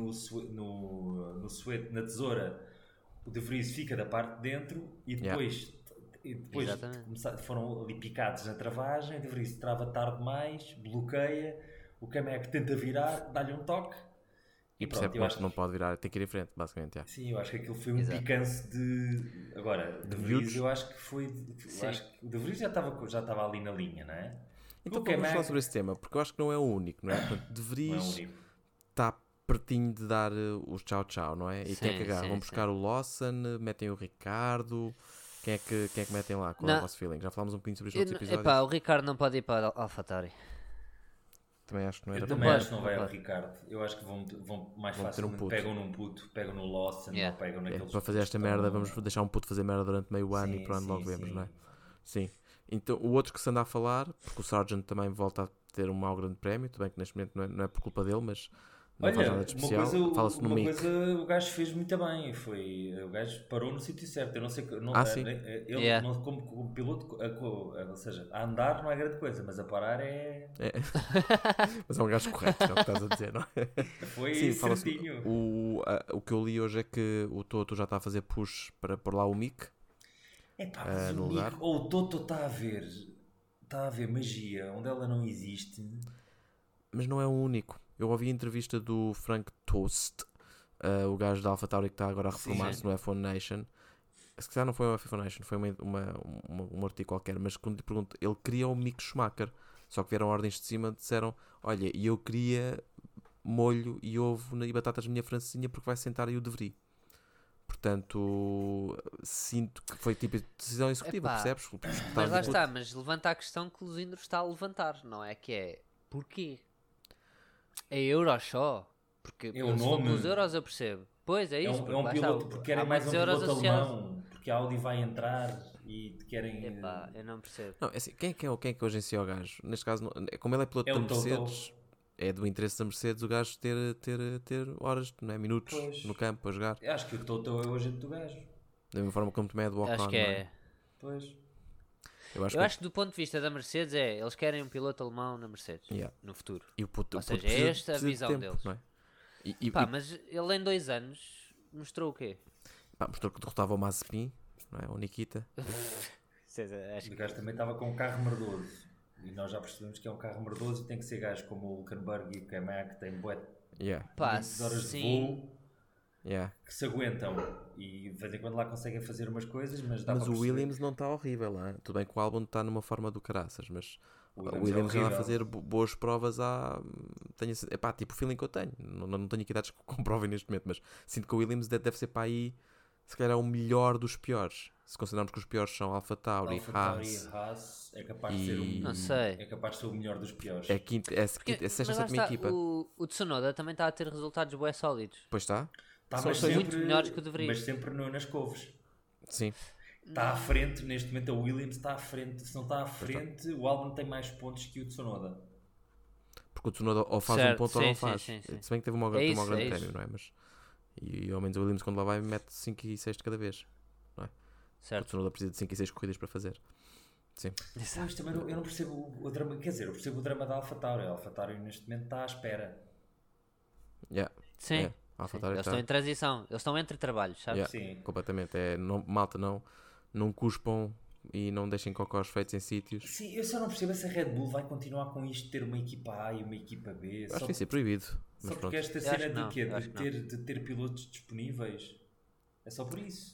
na tesoura o De Vries fica da parte de dentro e depois foram ali picados na travagem. O De Vries trava tarde demais, bloqueia, o K-Mag tenta virar, dá-lhe um toque e percebe que não pode virar, tem que ir em frente, basicamente. Sim, eu acho que aquilo foi um picance de... Agora, De Vries eu acho que foi... acho que o De Vries já estava ali na linha, não é? Então vamos falar sobre esse tema, porque eu acho que não é o único, não é? Portanto, De Vries está pertinho de dar os tchau, não é? E quem é que agarra? Vão buscar o Lawson, metem o Ricardo. Quem é que metem lá? Qual é o vosso feeling? Já falámos um bocadinho sobre isto nos outros episódios. O Ricardo não pode ir para a AlphaTauri. Também acho que não era. Eu também acho que não vai ao Ricardo. Eu acho que vão mais facilmente pegam num puto, pegam no Lawson, não pegam naqueles... Para fazer esta merda, vamos deixar um puto fazer merda durante meio ano e pronto, logo vemos, não é? Sim. Então, o outro que se anda a falar, porque o Sargent também volta a ter um mau grande prémio, tudo bem que neste momento não é por culpa dele, mas não faz nada de especial. Fala-se no Mick. Uma coisa o gajo fez muito bem, o gajo parou no sítio certo. Eu não sei, sim. Ele não, como piloto, ou seja, a andar não é grande coisa, mas a parar é... Mas é um gajo correto, é o que estás a dizer, não é? Foi certinho. O que eu li hoje é que o Toto já está a fazer push para pôr lá o Mick. Mas o Mick, ou o Toto está a ver magia onde ela não existe. Mas não é o único. Eu ouvi a entrevista do Frank Toast, o gajo da AlphaTauri que está agora a reformar-se no F1 Nation. Se calhar não foi o F1 Nation, foi um artigo qualquer, mas quando lhe pergunto, ele queria o Mick Schumacher, só que vieram ordens de cima, disseram, olha, e eu queria molho e ovo e batatas na minha francesinha porque vai sentar aí o De Vries. Portanto, sinto que foi tipo decisão executiva, percebes? Mas lá está, mas levanta a questão que o Luzindro está a levantar, não é? Que é, porquê? É euros só. Porque É o se for nome. pelos euros eu percebo. Pois, é isso. É um piloto, porque querem mais um euros piloto associados. alemão, porque a Audi vai entrar e querem... Epá, eu não percebo. Não, é assim, quem é que agencia o gajo? Neste caso, como ele é piloto É da o Toto. Mercedes, é do interesse da Mercedes o gajo ter horas, não é? Minutos Pois. no campo a jogar. Eu acho que o Toto é o agente do gajo. Da mesma forma como também é do Ocon, Acho que não é. Pois. Eu acho Eu acho que do ponto de vista da Mercedes eles querem um piloto alemão na Mercedes Yeah. no futuro. E o puto, Ou o puto seja, precisa- é esta a precisa de visão tempo, deles. não é? Pá, mas ele em 2 anos mostrou o quê? Mostrou que derrotava o Mazepin, não é? O Nikita. Acho O gajo também estava com um carro merdoso. E nós já percebemos que é um carro merdoso e tem que ser gajo como o Hülkenberg e o Kemak, que têm bué Yeah, Pá, muitas horas de sim. voo yeah. que se aguentam. E de vez em quando lá conseguem fazer umas coisas, mas dá Mas para o perceber. Williams não está horrível, não é? Tudo bem que o álbum está numa forma do caraças, mas O o Williams é Williams anda a horrível. fazer boas provas epá, tipo o feeling que eu tenho. Não tenho aqui dados que comprovem neste momento, mas sinto que o Williams deve ser para aí, se calhar, o melhor dos piores. Se considerarmos que os piores são AlphaTauri, AlphaTauri Haas, e Haas é capaz de e- ser Não sei. é capaz de ser o melhor dos piores. é a quinta, é a sexta, Mas lá sétima está, equipa. o Tsunoda também está a ter resultados bué sólidos. Pois está? Tá, são mas muito melhores que o De Vries. Mas sempre nas couves. Sim. Está à frente, neste momento a Williams está à frente. Se não está à frente, o Albon tem mais pontos que o Tsunoda. Porque o Tsunoda ou faz Certo, um ponto ou sim, não sim, faz. sim, sim. Se bem que teve uma É grande isso, é prémio, isso. não é? Mas, e ao menos o Williams, quando lá vai, mete 5 e 6 de cada vez. O Certo. Tsunoda precisa de 5 e 6 corridas para fazer. Sim. Mas também eu não percebo o drama. Quer dizer, eu percebo o drama da AlphaTauri. A AlphaTauri neste momento está à espera. Yeah. Sim. É. Sim. A AlphaTauri Eles está- estão em transição. Eles estão entre trabalhos, sabes? Yeah. Sim. Completamente. Malta, não cuspam e não deixem cocós feitos em sítios. Sim, eu só não percebo se a Red Bull vai continuar com isto de ter uma equipa A e uma equipa B. Acho que vai ser proibido. Só Mas porque pronto. esta Eu cena acho que de não, quê? eu acho que De ter pilotos disponíveis. É só por isso.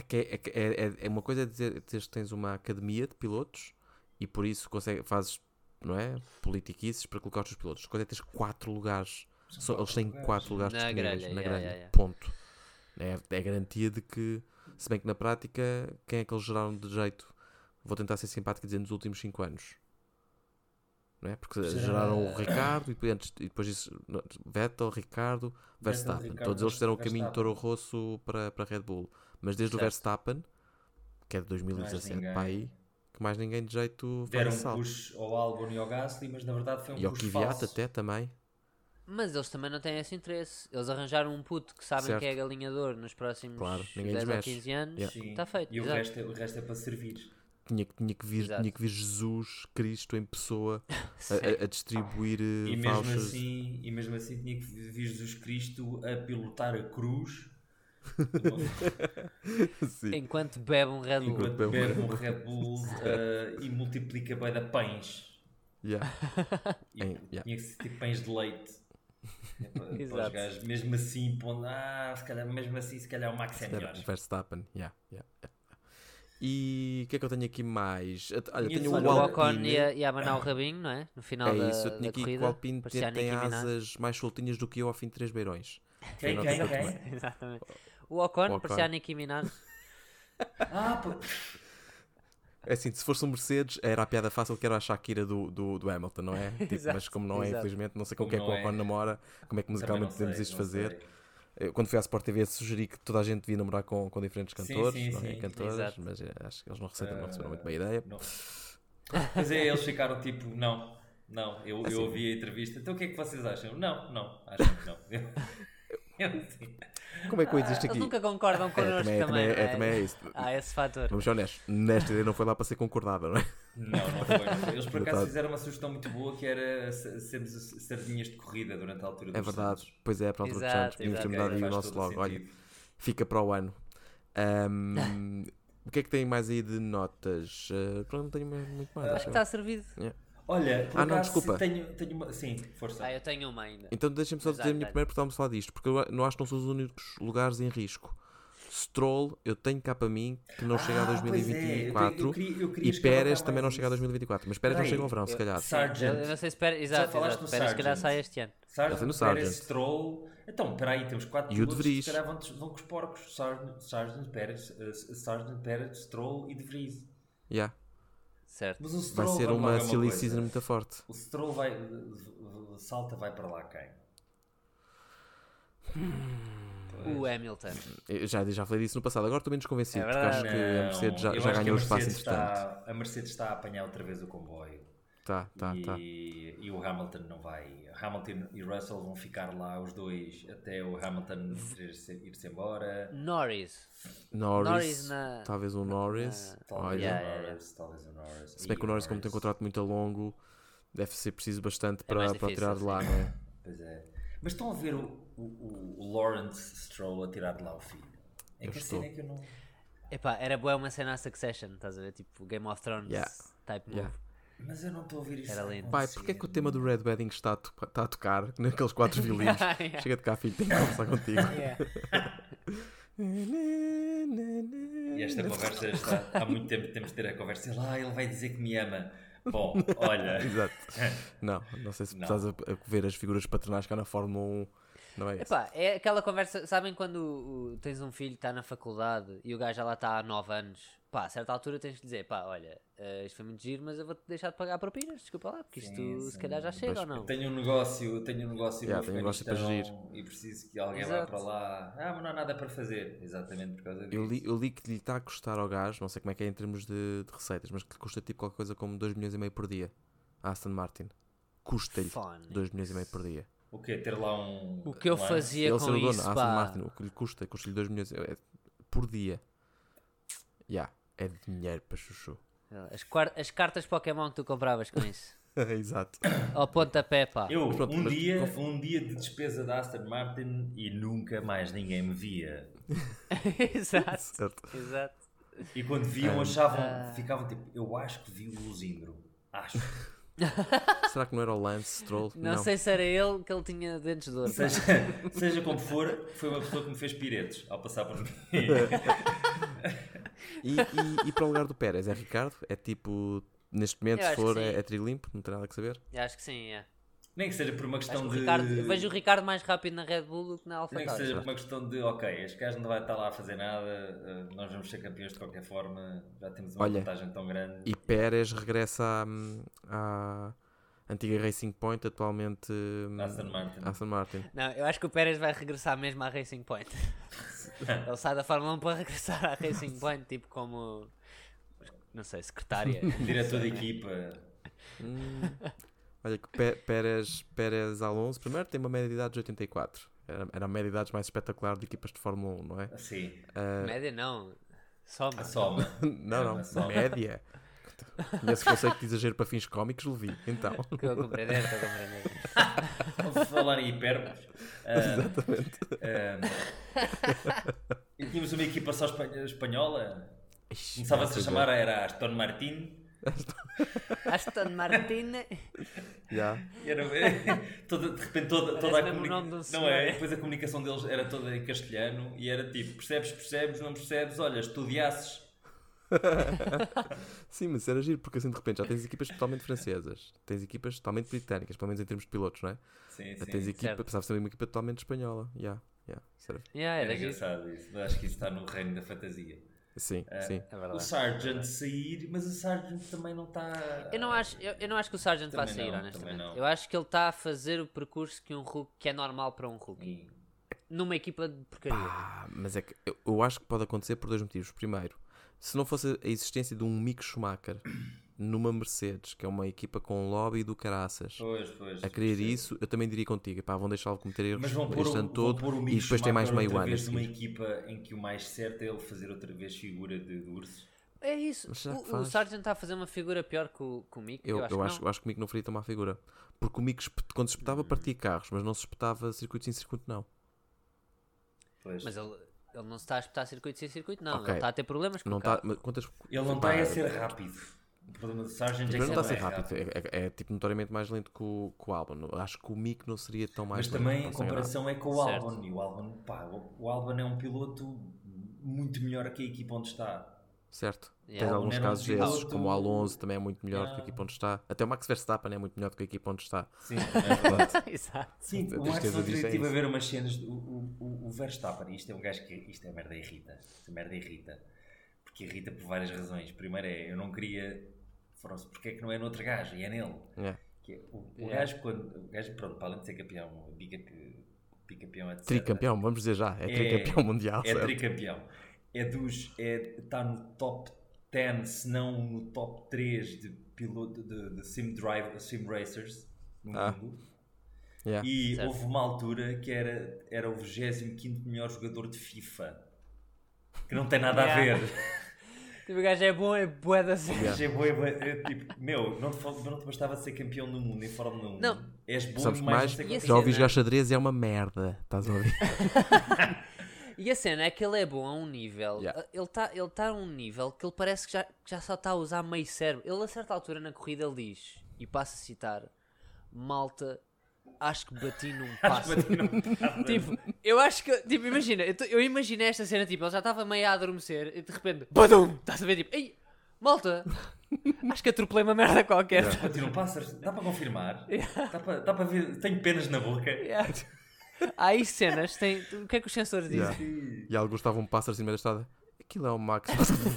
É uma coisa dizer que tens uma academia de pilotos e por isso fazes, não é? Politiquices para colocar os teus pilotos. A coisa é teres 4 lugares. Eles têm 4 lugares Na disponíveis grelha, na yeah, grelha. yeah, yeah. Ponto. É garantia de que, se bem que na prática, quem é que eles geraram de jeito? Vou tentar ser simpático e dizer nos últimos 5 anos. Não é? Porque geraram o Ricardo e depois disso, Vettel, Ricardo, Verstappen. Ricardo, Todos eles fizeram o caminho de Verstappen. Toro Rosso para Red Bull. Mas desde o Certo. Verstappen, que é de 2017 ninguém. para aí, que mais ninguém de jeito faz Deram esse um salto. push ao Albon e ao Gasly, mas na verdade foi um E ao push Kvyat falso. até também. Mas eles também não têm esse interesse. Eles arranjaram um puto que sabem Certo. que é galinhador nos próximos Claro, ninguém 10 lhes ou mexe. 15 anos. Yeah. Sim. Está feito. E o exato. resto é para servir. Tinha que vir Exato. Jesus Cristo em pessoa Sim. a distribuir E mesmo, vouchers. assim, tinha que vir Jesus Cristo a pilotar a cruz Sim. Enquanto bebe um Red Bull. enquanto bebe bebe um Red Bull e multiplica bem de pães. Yeah. E Yeah. tinha que ser tipo pães de leite. Para os Exato. gajos, mesmo assim, pondo, se calhar, mesmo assim, se calhar o Max é melhor. Verstappen. Yeah. E o que é que eu tenho aqui mais? Olha, Tinha tenho Olha, o o Ocon Alpine. ia abanar o rabinho, não é? No final É da, isso, eu tinha da aqui que corrida. o Alpine Parecia a tem Nicki Minaj. asas mais soltinhas do que eu ao fim de 3 beirões. Quem? Foi a nota que eu Quem? tomei. Exatamente. O Ocon O Ocon. parecia a Nicki Minaj. Pô. É assim, se fosse um Mercedes, era a piada fácil que era a Shakira do Hamilton, não é? Tipo, Exato, mas como não é, exato. infelizmente, não sei com o Como que é que o não é. Ocon namora, como é que musicalmente Também não podemos sei, isto não fazer. sei. Eu, quando fui à Sport TV, sugeri que toda a gente devia namorar com diferentes Sim, cantores, sim, não é? sim, Cantoras, exato. mas acho que eles não receberam muito bem a ideia. Não. Mas eles ficaram tipo, não, eu Assim. ouvi a entrevista, então o que é que vocês acham? Não, acho que não. Eu assim, Como é que eu existo Eles aqui? nunca concordam connosco também. não também é isso. Há esse fator. Vamos ser honestos, nesta ideia não foi lá para ser concordada, não é? não foi. Eles por acaso Verdade. fizeram uma sugestão muito boa que era sermos sardinhas de corrida durante a altura dos É verdade, estudos. pois é, para a altura dos Exato, Santos, tínhamos exato. terminado aí o Faz nosso todo logo. Olha, sentido. fica para o ano. O que é que tem mais aí de notas? Pronto, não tenho muito mais. Acho que está servido. Olha, por Ah, não, acaso desculpa. tenho uma. Sim, força. Eu tenho uma ainda. Então deixem-me só Mas dizer a minha dá-lhe. primeira, porque estamos a falar disto, porque eu não acho que não são os únicos lugares em risco. Stroll, eu tenho cá para mim que não chega a pois é, 2024 eu queria e escalocar Pérez mais também não chega a isso. 2024, mas Pérez não Peraí, chega ao verão, se calhar. Sargent. Eu não sei se Pérez. Exato, falaste exato. no Pérez se calhar Sargent. sai este ano. Sargent, Foi no Pérez, Sargent. Stroll. Então, espera aí, temos 4 E o De pilotos que Vries. se calhar vão com os porcos. Sargent, Pérez, Stroll e De Vries. Yeah. Certo. Mas o Vai Stroll ser vamos lá uma ver silly coisa. season muito forte. O Stroll vai para lá quem? O Hamilton. Eu já falei disso no passado, agora estou menos convencido, É porque acho verdade. que a Mercedes Eu já acho que ganhou a o espaço Mercedes interessante. a Mercedes está a apanhar outra vez o comboio. Tá. E o Hamilton não vai. Hamilton e Russell vão ficar lá os dois até o Hamilton ir-se embora. Norris na... talvez um Norris. Talvez Olha. o Norris. Se bem que o Norris, como tem um contrato muito longo, deve ser preciso bastante mais para o difícil, tirar de sim. lá, não é? Pois é. Mas estão a ver o Lawrence Stroll a tirar de lá o filho. É Eu que a estou. cena é que eu não. Epá, era boa uma cena a Succession, estás a ver? Tipo Game of Thrones type move. Yeah. Mas eu não estou a ouvir isso. Era a lindo. Pai, acontecer. porque é que o tema do Red Wedding está a tocar naqueles 4 violinos? Yeah. Chega de cá, filho, tenho que conversar contigo. Yeah. E esta conversa está. Há muito tempo que temos de ter a conversa. Ele vai dizer que me ama. Bom, olha. Exato. Não sei se Não. estás a ver as figuras paternais cá na Fórmula 1. Não é isso? Epá, é aquela conversa, sabem quando tens um filho que está na faculdade e o gajo já lá está há 9 anos? Pá, a certa altura tens de dizer, pá, olha, isto foi muito giro, mas eu vou-te deixar de pagar propinas, desculpa lá, porque isto Sim. se calhar já chega Pois, ou não? Tenho um negócio no Tenho um negócio para Afeganistão e preciso que alguém vá Exato. para lá. Mas não há nada para fazer. Exatamente por causa disso. Eu li que lhe está a custar ao gajo, não sei como é que é em termos de receitas, mas que lhe custa tipo qualquer coisa como 2,5 milhões por dia. A Aston Martin. Custa-lhe Funny. 2,5 milhões por dia. O quê? Ter lá um. O que eu Lance? fazia Ele ser com o dono, isso, a Aston pá, Martin, o que lhe custa-lhe 2 milhões por dia. É dinheiro para chuchu. as cartas Pokémon que tu compravas com isso, Exato. ao pontapé, pá. Eu, Mas pronto, um dia de despesa da Aston Martin e nunca mais ninguém me via. Exato, Certo. exato. E quando viam, achavam, ficavam tipo, eu acho que vi o Luzindro. Acho. Será que não era o Lance Stroll? Não sei se era ele que ele tinha dentes de ouro. pá. Seja como for, foi uma pessoa que me fez piretes ao passar por mim. E para o lugar do Pérez, é Ricardo? É tipo, neste momento, Eu se acho for, que sim. é trilimpo, não tem nada a saber? Eu acho que sim, é. Nem que seja por uma Acho questão que o de. Ricardo, eu vejo o Ricardo mais rápido na Red Bull do que na Nem que AlphaTauri. seja por uma questão de, ok, este gajo não vai estar lá a fazer nada, nós vamos ser campeões de qualquer forma, já temos uma Olha, vantagem tão grande. E Pérez regressa à antiga Racing Point, atualmente Aston Martin. Não, eu acho que o Pérez vai regressar mesmo à Racing Point. Ele sai da Fórmula 1 para regressar à Racing Point, tipo como, não sei, secretária. Diretor de equipa. Olha que Pérez Alonso, primeiro tem uma média de idade de 84. Era a média de idade mais espetacular de equipas de Fórmula 1, não é? Assim, Média não, soma. a soma. Não, a soma. média. Esse conceito de exagero para fins cómicos, Levi. Então, Estou a compreender. Vamos falar em hipérboles. exatamente. E tínhamos uma equipa só espanhola. Ixi, Começava-se a pois é. chamar, era Aston Martin. Aston Martin. Já. E era, de repente toda a Parece mesmo o nome de um comunicação. senhor. Não é? Depois a comunicação deles era toda em castelhano e era tipo: percebes, não percebes? Olha, estudiasses. Sim, mas era giro, porque assim de repente já tens equipas totalmente francesas, tens equipas totalmente britânicas, pelo menos em termos de pilotos, não é? Sim, Já tens equipa, certo. pensava também uma equipa totalmente espanhola. Certo. Yeah, Era era giro. engraçado isso. Mas acho que isso está no reino da fantasia. Sim. É O verdade. Sargent sair, mas o Sargent também não está. Eu não acho que o Sargent vai Também sair, não, honestamente. também não. Eu acho que ele está a fazer o percurso que é normal para um rookie. Numa equipa de porcaria. Mas é que eu acho que pode acontecer por dois motivos. Primeiro, se não fosse a existência de um Mick Schumacher numa Mercedes, que é uma equipa com lobby do caraças, Pois. a querer isso, eu também diria contigo, pá, vão deixá-lo cometer erros Mas vão pôr este ano todo o e Mick depois tem mais Schumacher meio outra ano a vez numa seguir. equipa em que o mais certo é ele fazer outra vez figura de urso. É isso. Mas será que O faz? Sargent está a fazer uma figura pior que o Mick. Eu acho acho que o Mick não faria tão má figura. Porque o Mick, quando se espetava, partia carros, mas não se espetava circuito sim, circuito não. Pois. Mas ele não se está a espetar circuito sem circuito, não. Ok. Ele está a ter problemas com Não o carro. tá, mas quantas, Ele não pá, está a ser rápido. O problema do Sargent é que Primeiro não está a ele ser é rápido, é tipo notoriamente mais lento que o Albon. Acho que o Mick não seria tão mais Mas lento. também a posso enganar. comparação é com o Certo. Albon. E o Albon, o Albon é um piloto muito melhor que a equipa onde está. Certo. Yeah. Tens alguns Era um casos desses, piloto- como o Alonso também é muito melhor Yeah. que a equipa onde está. Até o Max Verstappen é muito melhor do que a equipa onde está. Sim, é verdade. Exato. Sim, A o Max tristeza outro disto dia é estive a isso. ver umas cenas. O Verstappen, isto é um gajo que. Isto é merda irrita. Esta merda irrita. Porque irrita por várias razões. Primeiro é, eu não queria porque é que não é noutro gajo, e é nele. Yeah. O gajo, pronto, para além de ser campeão, bicampeão, etc. Tricampeão, vamos dizer já. É tricampeão mundial. É tricampeão. Está no top 10, se não no top 3 de piloto de sim racers no mundo. Yeah. E houve uma altura que era o 25º melhor jogador de FIFA. Que não tem nada a ver. Tipo, o gajo é bom, é bué da série. Tipo, não te bastava ser campeão do mundo em Fórmula 1. Não. És bom Sabes demais. mais? Já ouvi jogar xadrez e é uma merda. Estás a ouvir? E a cena é que ele é bom a um nível. Yeah. Ele tá a um nível que ele parece que já só está a usar meio cérebro. Ele, a certa altura na corrida, ele diz, e passo a citar: malta, acho que bati num pássaro. Tipo, eu acho que. Tipo, imagina, eu imaginei esta cena, tipo, ele já estava meio a adormecer e de repente, badum! Estás a ver, tipo, ei, malta, acho que atropelei uma merda qualquer. Bati num pássaro, dá para confirmar? Dá para ver, tenho penas na boca. Há aí cenas, o que é que os sensores dizem? E alguns estavam pássaros em meio da estrada. Aquilo é o Max.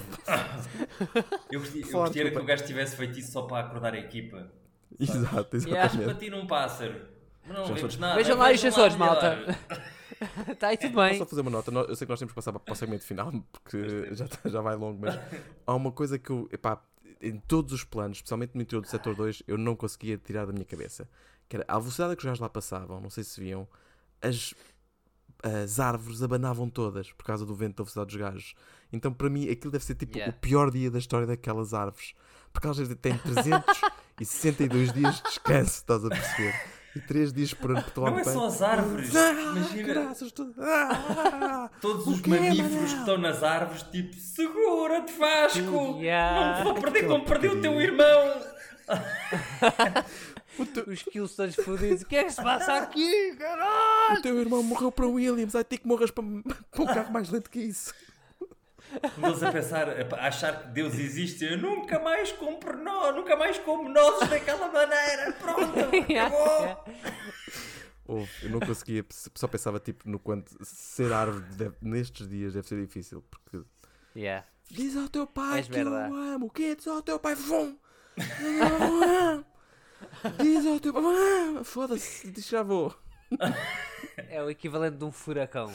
Eu gostaria que o gajo tivesse feito isso só para acordar a equipa. Exato, Acho que exatamente. bati num pássaro. Não vemos nada. Vejam lá os sensores, malta. Está aí tudo Posso bem. só fazer uma nota? Eu sei que nós temos que passar para o segmento final, porque já vai longo, mas há uma coisa que eu, em todos os planos, especialmente no interior do setor 2, eu não conseguia tirar da minha cabeça. Que era a velocidade que os gajos lá passavam, não sei se viam, as árvores abanavam todas por causa do vento da velocidade dos gajos. Então, para mim, aquilo deve ser tipo o pior dia da história daquelas árvores. Porque elas têm 362 dias de descanso, estás a perceber? E 3 dias por ano por Não é só as árvores. Imagina. Todos os mamíferos que estão nas árvores, tipo, segura-te, Vasco! Não te vou perder como perdeu o teu irmão! Os kills todos fodidos. O que é que se passa aqui, caralho? O teu irmão morreu para o Williams, vai ter que morrer para um carro mais lento que isso. Eles a pensar, a achar que Deus existe, eu nunca mais compro nunca mais como nozes daquela maneira. Pronto, acabou. Eu não conseguia, só pensava tipo no quanto ser árvore nestes dias deve ser difícil, porque diz ao teu pai que eu amo. O quê? Diz ao teu pai, vum! Diz ao teu pai, foda-se, diz já vou. É o equivalente de um furacão.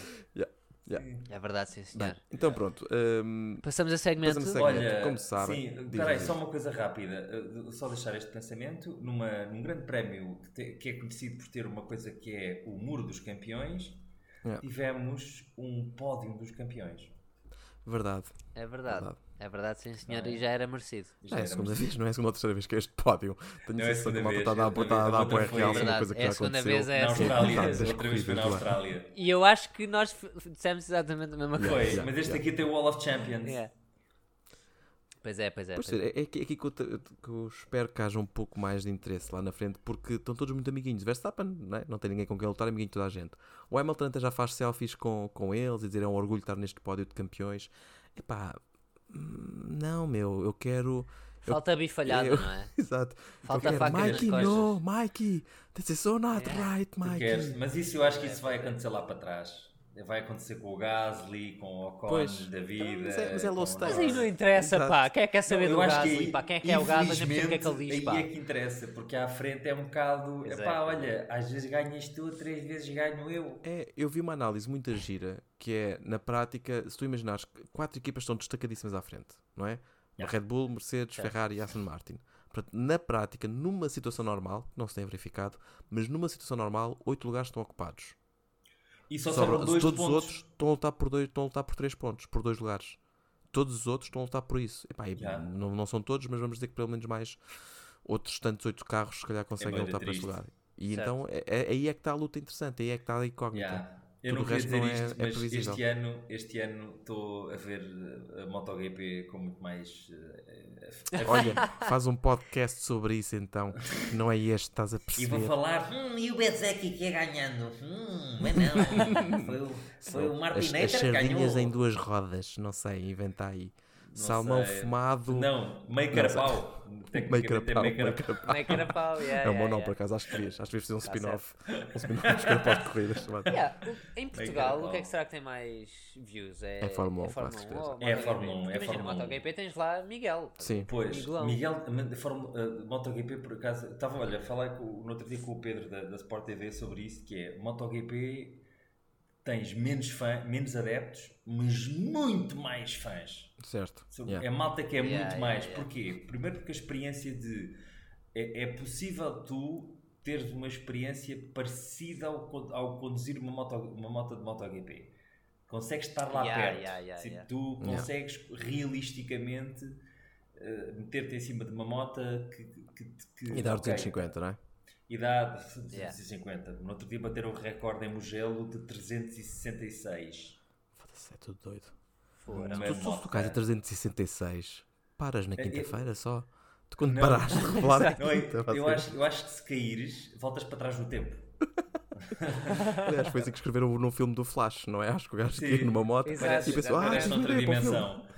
É verdade, sim, senhor. Bem, então pronto. Passamos a segmento. Olha, como sabem. Sim, peraí, só uma coisa rápida. Só deixar este pensamento. Num grande prémio que é conhecido por ter uma coisa que é o Muro dos Campeões, tivemos um pódio dos campeões. Verdade. É verdade. É verdade, sim, senhor, e já era merecido. Já é a segunda vez, não é a segunda ou terceira vez que é este pódio. Tenho a sensação que a malta está a dar por real uma coisa que já aconteceu. A segunda vez é na Austrália, das outra vez foi na corridas, Austrália. E eu acho que nós dissemos exatamente a mesma coisa. Foi, mas este aqui tem o Wall of Champions. Pois é. É aqui que eu espero que haja um pouco mais de interesse lá na frente, porque estão todos muito amiguinhos. Verstappen, não tem ninguém com quem lutar, amiguinho de toda a gente. O Hamilton até já faz selfies com eles e dizer é um orgulho estar neste pódio de campeões. Epá, não, eu quero... Falta bifalhada, não é? Exato. Falta faca nas Mikey, costas. no, Mikey, this is so not right, Mikey. Mas isso eu acho que isso vai acontecer lá para trás. Vai acontecer com o Gasly, com o Ocon da vida. Mas é low stakes. Mas aí não interessa, pá. Quem é que quer saber do Gasly, pá? Quem é que é o Gasly? Nem porque é que ele diz, pá. Aí é que interessa, porque à frente é um bocado... Epá, olha, às vezes ganhas tu, 3 vezes ganho eu. Eu vi uma análise muito gira, que é, na prática, se tu imaginares que 4 equipas estão destacadíssimas à frente, não é? Red Bull, Mercedes, Ferrari e Aston Martin. Portanto, na prática, numa situação normal, que não se tem verificado, mas numa situação normal, 8 lugares estão ocupados. E só sobram 2 todos pontos. Os outros estão a lutar por 3 pontos, por 2 lugares. Todos os outros estão a lutar por isso. Epá, não são todos, mas vamos dizer que pelo menos mais outros tantos 8 carros se calhar conseguem lutar por este lugar. E certo. Então aí é que está a luta interessante, aí é que está a incógnita. Eu não queria dizer isto, mas este ano estou a ver a MotoGP com muito mais... Olha, faz um podcast sobre isso então, não é este, estás a perceber. E vou falar, e o Bezzecchi que ia ganhando? Mas não, foi o Martin Netter as que ganhou. sardinhas em 2 rodas, não sei, inventar aí. Salmão fumado. Não, meio carapau. Meio carapau. Meio carapau, é um bom nome, por acaso, acho que devias fazer um spin-off. Um spin-off dos carapaus de corridas. Em Portugal, o que é que será que tem mais views? É Fórmula 1. É a Fórmula 1. Imagina, MotoGP tens lá Miguel. Sim. Pois, Miguel, MotoGP, por acaso, estava a falar no outro dia com o Pedro da Sport TV sobre isso, que é MotoGP tens menos adeptos, mas muito mais fãs. Certo. É malta que é muito mais. Porquê? Primeiro porque a experiência é possível tu teres uma experiência parecida ao conduzir uma moto de MotoGP. Consegues estar lá perto. Tu consegues realisticamente meter-te em cima de uma moto que e dar 250, não é? E dá 250. No outro dia bateram o recorde em Mugello de 366. Foda-se, é tudo doido. Se tu cais a 366, paras na quinta-feira só. Tu quando paraste de revelar eu acho que se caíres, voltas para trás no tempo. Aliás, foi assim que escreveram no filme do Flash, não é? Acho que o gajo caiu numa moto e pensou, parece outra dimensão.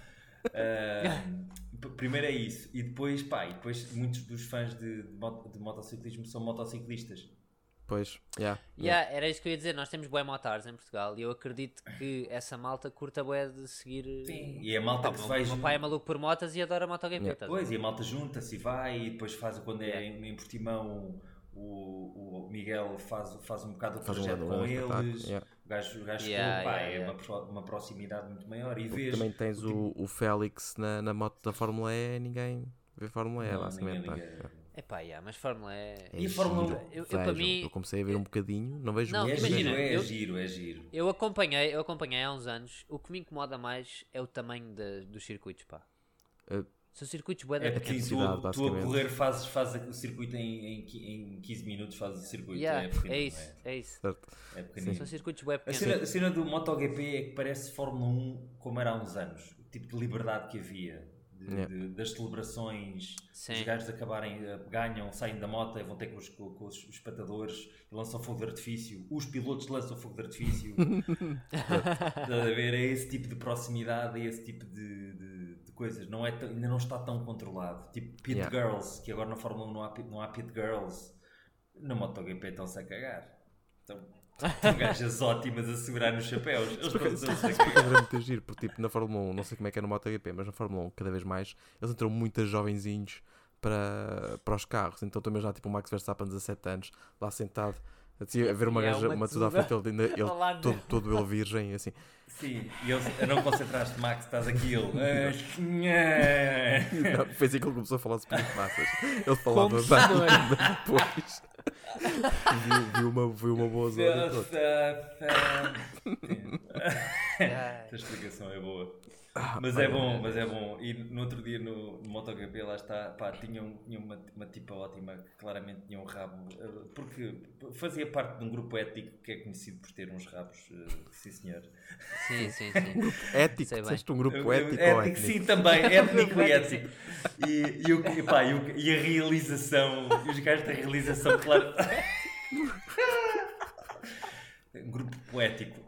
Primeiro é isso, e depois muitos dos fãs de motociclismo são motociclistas. Pois, era isso que eu ia dizer. Nós temos bué motards em Portugal e eu acredito que essa malta curta bué de seguir. Sim, e a malta que se vai. O meu pai é maluco por motas e adora MotoGP. Pois, e a malta junta-se e vai, e depois faz quando é em Portimão. O Miguel faz um bocado o projeto com eles. O gajo é uma proximidade muito maior. E vês, também tens o Félix na moto da Fórmula E, ninguém vê Fórmula E, basicamente. Mas Fórmula E... E a Fórmula 1? Eu comecei a ver um bocadinho, não vejo muito. É giro. Eu acompanhei há uns anos. O que me incomoda mais é o tamanho dos circuitos, pá. São circuitos bué da porque tu a correr fazes o circuito em 15 minutos, fazes o circuito. É isso. Certo. É pequenino. São circuitos bué pequenos. A cena do MotoGP é que parece Fórmula 1 como era há uns anos. O tipo de liberdade que havia. Das celebrações, os gajos ganham, saem da moto e vão ter com os espectadores e lançam fogo de artifício. Os pilotos lançam fogo de artifício. Estás a ver? É esse tipo de proximidade, é esse tipo de coisas. Ainda não está tão controlado. Tipo Pit Girls, que agora na Fórmula 1 não há Pit Girls. Na MotoGP estão-se a cagar. Tem gajas ótimas a segurar nos chapéus. Eles estão-se a cagar. É muito giro, porque tipo, na Fórmula 1, não sei como é que é no MotoGP, mas na Fórmula 1, cada vez mais, eles entram muitos jovenzinhos para os carros. Então também já tipo o Max Verstappen, 17 anos, lá sentado, assim, a ver uma gaja, uma tudo à frente, ele todo ele virgem, assim. Sim, e eles, não concentraste, Max, estás aqui, ele. Foi assim que ele começou a falar sobre as massas. Ele falava depois. Viu uma boa zona. A explicação é boa. Mas é bom. E no outro dia no MotoGP, lá está, tinha uma tipa ótima que claramente tinha um rabo, porque fazia parte de um grupo étnico que é conhecido por ter uns rabos, sim senhor. Sim. Um grupo ético? Disseste um grupo étnico ou étnico? Sim, também, étnico e ético. E a realização, e os gajos da realização, claro. Um grupo poético.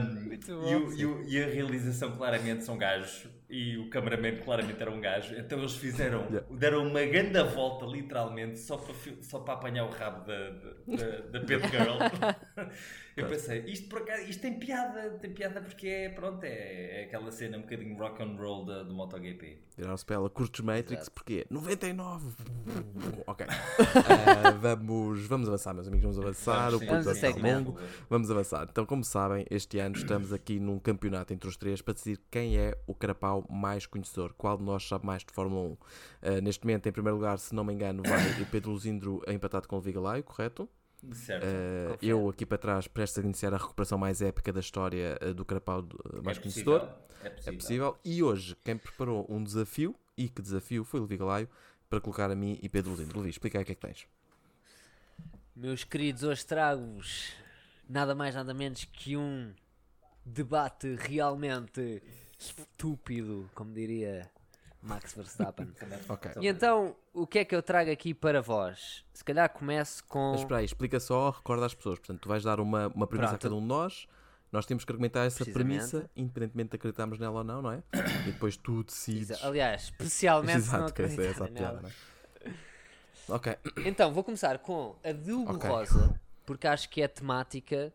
E a realização claramente são gajos. E o cameraman claramente era um gajo. Então eles deram uma grande volta, literalmente, só para apanhar o rabo da Pit Girl. Eu pensei, isto por acaso, isto tem piada porque é aquela cena um bocadinho rock and roll do MotoGP. Viraram-se para ela, curtos Matrix, porque 99! Ok. Vamos avançar, meus amigos, vamos avançar. O ponto está longo. Vamos avançar. Então, como sabem, este ano estamos aqui num campeonato entre os três para decidir quem é o carapau mais conhecedor. Qual de nós sabe mais de Fórmula 1? Neste momento, em primeiro lugar, se não me engano, vai o Pedro Luzindro empatado com o Vigalaio, correto? Certo. Eu aqui para trás prestes a iniciar a recuperação mais épica da história do carapau mais conhecedor. É possível. E hoje quem preparou um desafio, e que desafio, foi o Vigalaio, para colocar a mim e Pedro Luzindro. Luís, explica aí o que é que tens. Meus queridos, hoje trago-vos nada mais nada menos que um debate realmente estúpido, como diria Max Verstappen. Okay. E então, o que é que eu trago aqui para vós? Se calhar começo com... Mas espera aí, explica só, recorda às pessoas. Portanto, tu vais dar uma premissa a cada um de nós Nós temos que argumentar essa premissa, independentemente de acreditarmos nela ou não, não é? E depois tu decides. Aliás, especialmente se não acreditar nela. Não é? Ok. Então, vou começar com a de Hugo Rosa, porque acho que é temática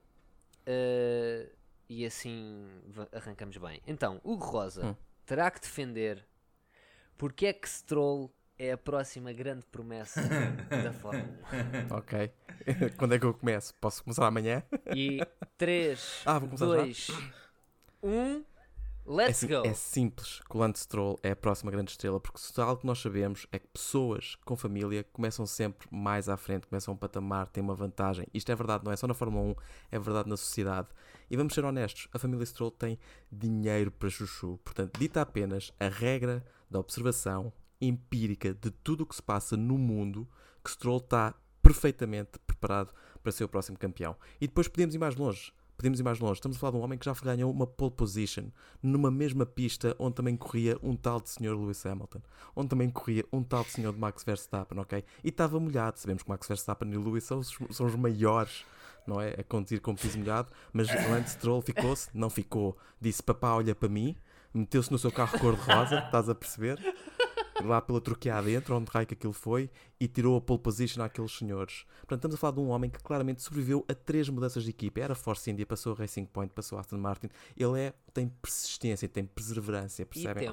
e assim arrancamos bem. Então, Hugo Rosa terá que defender porque é que Stroll é a próxima grande promessa da Fórmula 1. Ok. Quando é que eu começo? Posso começar amanhã? E 3, 2, 1, let's go! É simples que o Lance Stroll é a próxima grande estrela, porque se algo que nós sabemos é que pessoas com família começam sempre mais à frente, começam um patamar, têm uma vantagem. Isto é verdade, não é só na Fórmula 1, é verdade na sociedade. E vamos ser honestos, a família Stroll tem dinheiro para chuchu. Portanto, dita apenas a regra da observação empírica de tudo o que se passa no mundo, que Stroll está perfeitamente preparado para ser o próximo campeão. E depois podemos ir mais longe. Estamos a falar de um homem que já ganhou uma pole position numa mesma pista onde também corria um tal de Sr. Lewis Hamilton, onde também corria um tal de Sr. Max Verstappen, ok? E estava molhado. Sabemos que Max Verstappen e Lewis são os maiores, não é? A conduzir com piso molhado, mas Lance Stroll ficou-se? Não ficou. Disse: papá, olha para mim, meteu-se no seu carro cor-de-rosa, estás a perceber? Lá pela Turquia adentro, onde raio que aquilo foi, e tirou a pole position àqueles senhores. Portanto, estamos a falar de um homem que claramente sobreviveu a 3 mudanças de equipa. Era Force India, passou a Racing Point, passou a Aston Martin. Ele tem persistência, tem perseverança, percebem?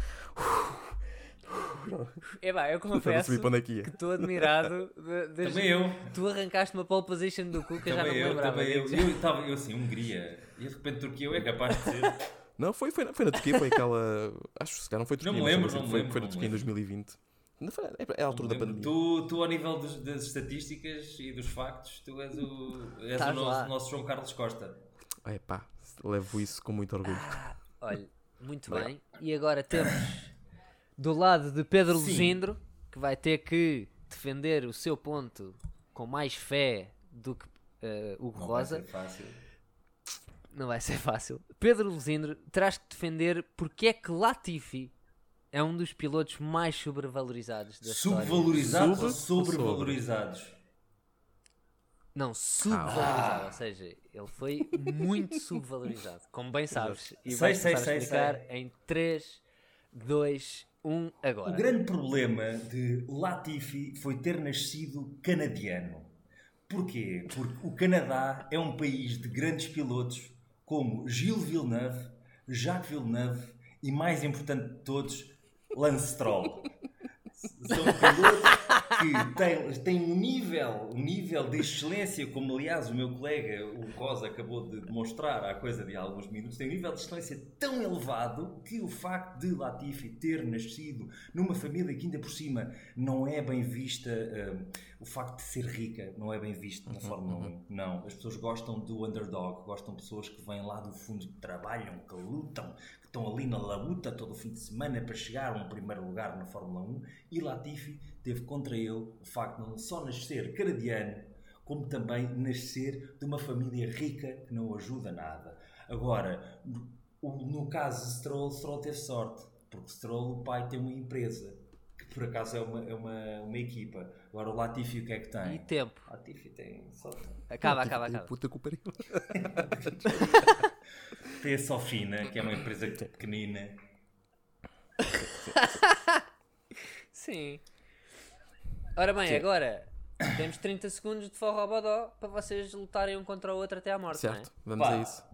Eu confesso que estou admirado. Também eu. Tu arrancaste uma pole position do Cuca, já não me lembrava. Também eu assim, Hungria, e de repente Turquia é capaz de ser... Não, foi na Turquia, foi aquela... Acho que se calhar não foi Turquia, não me lembro, foi na Turquia em 2020. É a altura da pandemia. Tu ao nível das estatísticas e dos factos, tu és o nosso João Carlos Costa. Levo isso com muito orgulho. Olha, muito bem. E agora temos do lado de Pedro Luzindro, que vai ter que defender o seu ponto com mais fé do que Hugo Rosa. Vai ser fácil. Não vai ser fácil. Pedro Luzindro, terás que defender porque é que Latifi é um dos pilotos mais sobrevalorizados da história. Subvalorizados ou sobrevalorizados? Não, subvalorizado. Ou seja, ele foi muito subvalorizado. Como bem sabes. E vais começar a explicar em 3, 2, 1, agora. O grande problema de Latifi foi ter nascido canadiano. Porquê? Porque o Canadá é um país de grandes pilotos como Gilles Villeneuve, Jacques Villeneuve e, mais importante de todos, Lance Stroll. São pilotos que têm um nível de excelência, como aliás o meu colega, o Rosa, acabou de demonstrar há coisa de alguns minutos, tem um nível de excelência tão elevado que o facto de Latifi ter nascido numa família que ainda por cima não é bem vista, o facto de ser rica não é bem visto na Fórmula 1. Não, as pessoas gostam do underdog, gostam de pessoas que vêm lá do fundo, que trabalham, que lutam, que estão ali na labuta todo o fim de semana para chegar a um primeiro lugar na Fórmula 1, e Latifi teve contra ele o facto de não só nascer canadiano, como também nascer de uma família rica que não o ajuda nada. Agora, no caso de Stroll teve sorte, porque Stroll, o pai, tem uma empresa, que por acaso é uma equipa. Agora o Latifi o que é que tem? E tempo. Latifi tem sorte. Acaba. Puta que o pariu. Tem a Sofina, que é uma empresa pequenina. Sim. Ora bem, agora temos 30 segundos de forró bodó para vocês lutarem um contra o outro até à morte. Certo, não é? vamos a isso.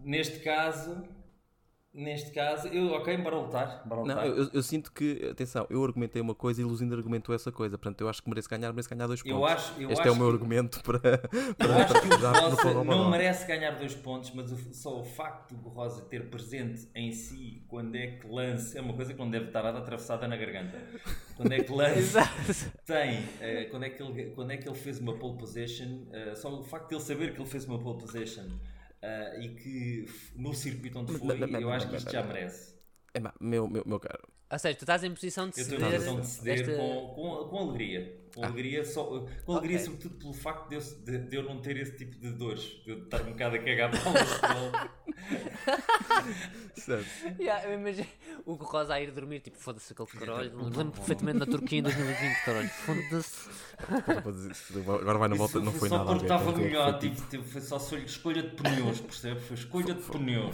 Neste caso, bora lutar. Não, eu sinto que, atenção, eu argumentei uma coisa e Luzindo argumentou essa coisa, portanto eu acho que mereço ganhar 2 pontos. Este é o meu argumento para eu acho que o Rosa não merece ganhar 2 pontos, mas só o facto do Rosa ter presente em si quando é que Lance, é uma coisa que não deve estar atravessada na garganta, quando é que Lance tem, quando é que ele fez uma pole position, só o facto de ele saber que ele fez uma pole position, e que no circuito onde foi, eu acho que isto já merece. Meu caro. Ou seja, tu estás em posição de ceder. Eu estou em posição de ceder com alegria. Com alegria, sobretudo pelo facto de eu não ter esse tipo de dores. De eu estar um bocado a cagar para o Certo. Eu imagino o Rosa a ir dormir, tipo, foda-se aquele caralho. Lembro-me perfeitamente na Turquia em 2020, caralho. Foda-se. Agora vai na volta, não foi nada. Só porque estava melhor, tipo, foi só escolha de pneus, percebe? Foi escolha de pneus.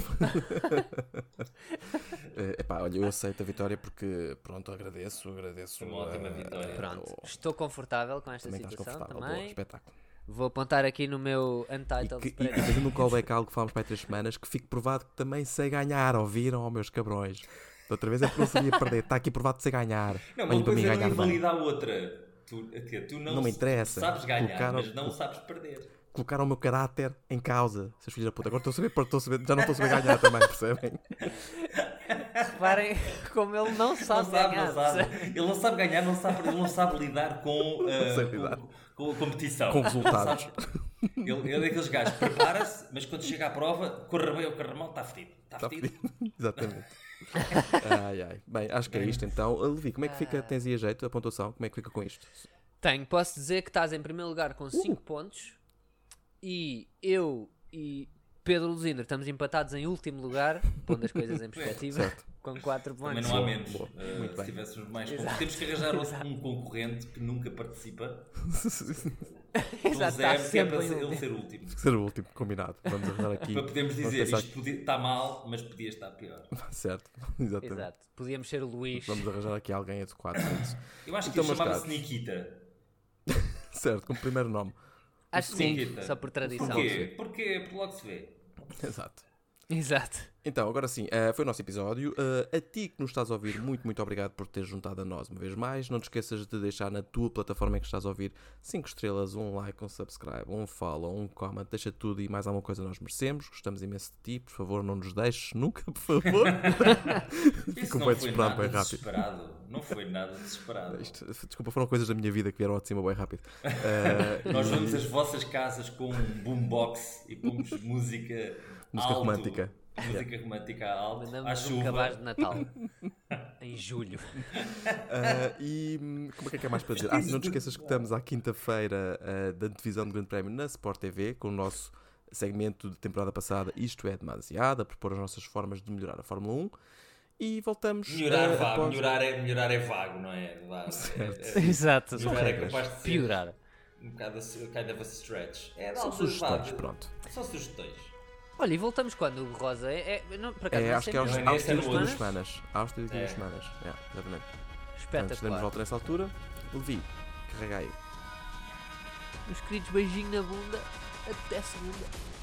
Epá, olha, eu aceito a vitória porque, pronto, agradeço. Foi uma ótima vitória. Pronto, estou confortável com esta também situação boa, também. espetáculo. Vou apontar aqui no meu E Untitled fazendo um callback a algo que falámos para aí 3 semanas, que fique provado que também sei ganhar, ouviram, meus cabrões? Da outra vez é porque não sabia perder, está aqui provado de sei ganhar. Não, uma coisa não invalida a outra. Tu não me interessa. Sabes ganhar, mas não sabes perder. Colocaram o meu caráter em causa, seus filhos da puta. Agora já não estou a saber ganhar também, percebem? Reparem como ele não sabe ganhar. Não sabe. Ele não sabe ganhar, ele não sabe lidar com a competição. Com resultados. Ele é daqueles gajos, prepara-se, mas quando chega à prova, corra bem ou corra mal, está fedido. Está fedido. Exatamente. Ai. Bem, acho que é isto então. Levi, como é que fica? Tens aí a jeito, a pontuação? Como é que fica com isto? Posso dizer que estás em primeiro lugar com 5 pontos e eu e Pedro Luzindo estamos empatados em último lugar, pondo as coisas em perspectiva, com 4 pontos. Também não há menos. Muito se bem. tivéssemos mais temos que arranjar um concorrente que nunca participa. Exato, está sempre ele ser o último. Ser o último, combinado. Vamos arranjar aqui. Para podermos dizer, isto está mal, mas podia estar pior. Certo, exatamente. Exato. Podíamos ser o Luís. Vamos arranjar aqui alguém adequado. Eu acho que ele chamava-se Nikita. Certo, como primeiro nome. Acho que sim, só por tradição. Porquê? Porque logo se vê. Exato. Então, agora sim, foi o nosso episódio. A ti que nos estás a ouvir, muito obrigado por teres juntado a nós uma vez mais. Não te esqueças de deixar na tua plataforma em que estás a ouvir 5 estrelas, um like, um subscribe, um follow, um comment. Deixa tudo e mais alguma coisa nós merecemos. Gostamos imenso de ti. Por favor, não nos deixes nunca, por favor. Isso não foi nada desesperado. Não foi nada desesperado. Desculpa, foram coisas da minha vida que vieram ao de cima bem rápido. Nós vamos às vossas casas com um boombox e pomos música romântica. Música romântica alta, mandamos à chuva. Um cabaz de Natal em julho. E como é que é mais para dizer? Não te esqueças que estamos à quinta-feira da divisão do Grande Prémio na Sport TV com o nosso segmento de temporada passada Isto é Demasiado, a propor as nossas formas de melhorar a Fórmula 1 e voltamos melhorar é vago, não é? Exato. Melhorar é capaz de ser piorar. Um bocado kind of a stretch. São sugestões, pronto. São sugestões. Olha, e voltamos quando o Rosa por acaso, acho que é aos 2 semanas. Aos 2 2 semanas. Exatamente. Espetacular. Teremos volta nessa altura. Levi, carrega aí. Meus queridos, beijinho na bunda. Até segunda.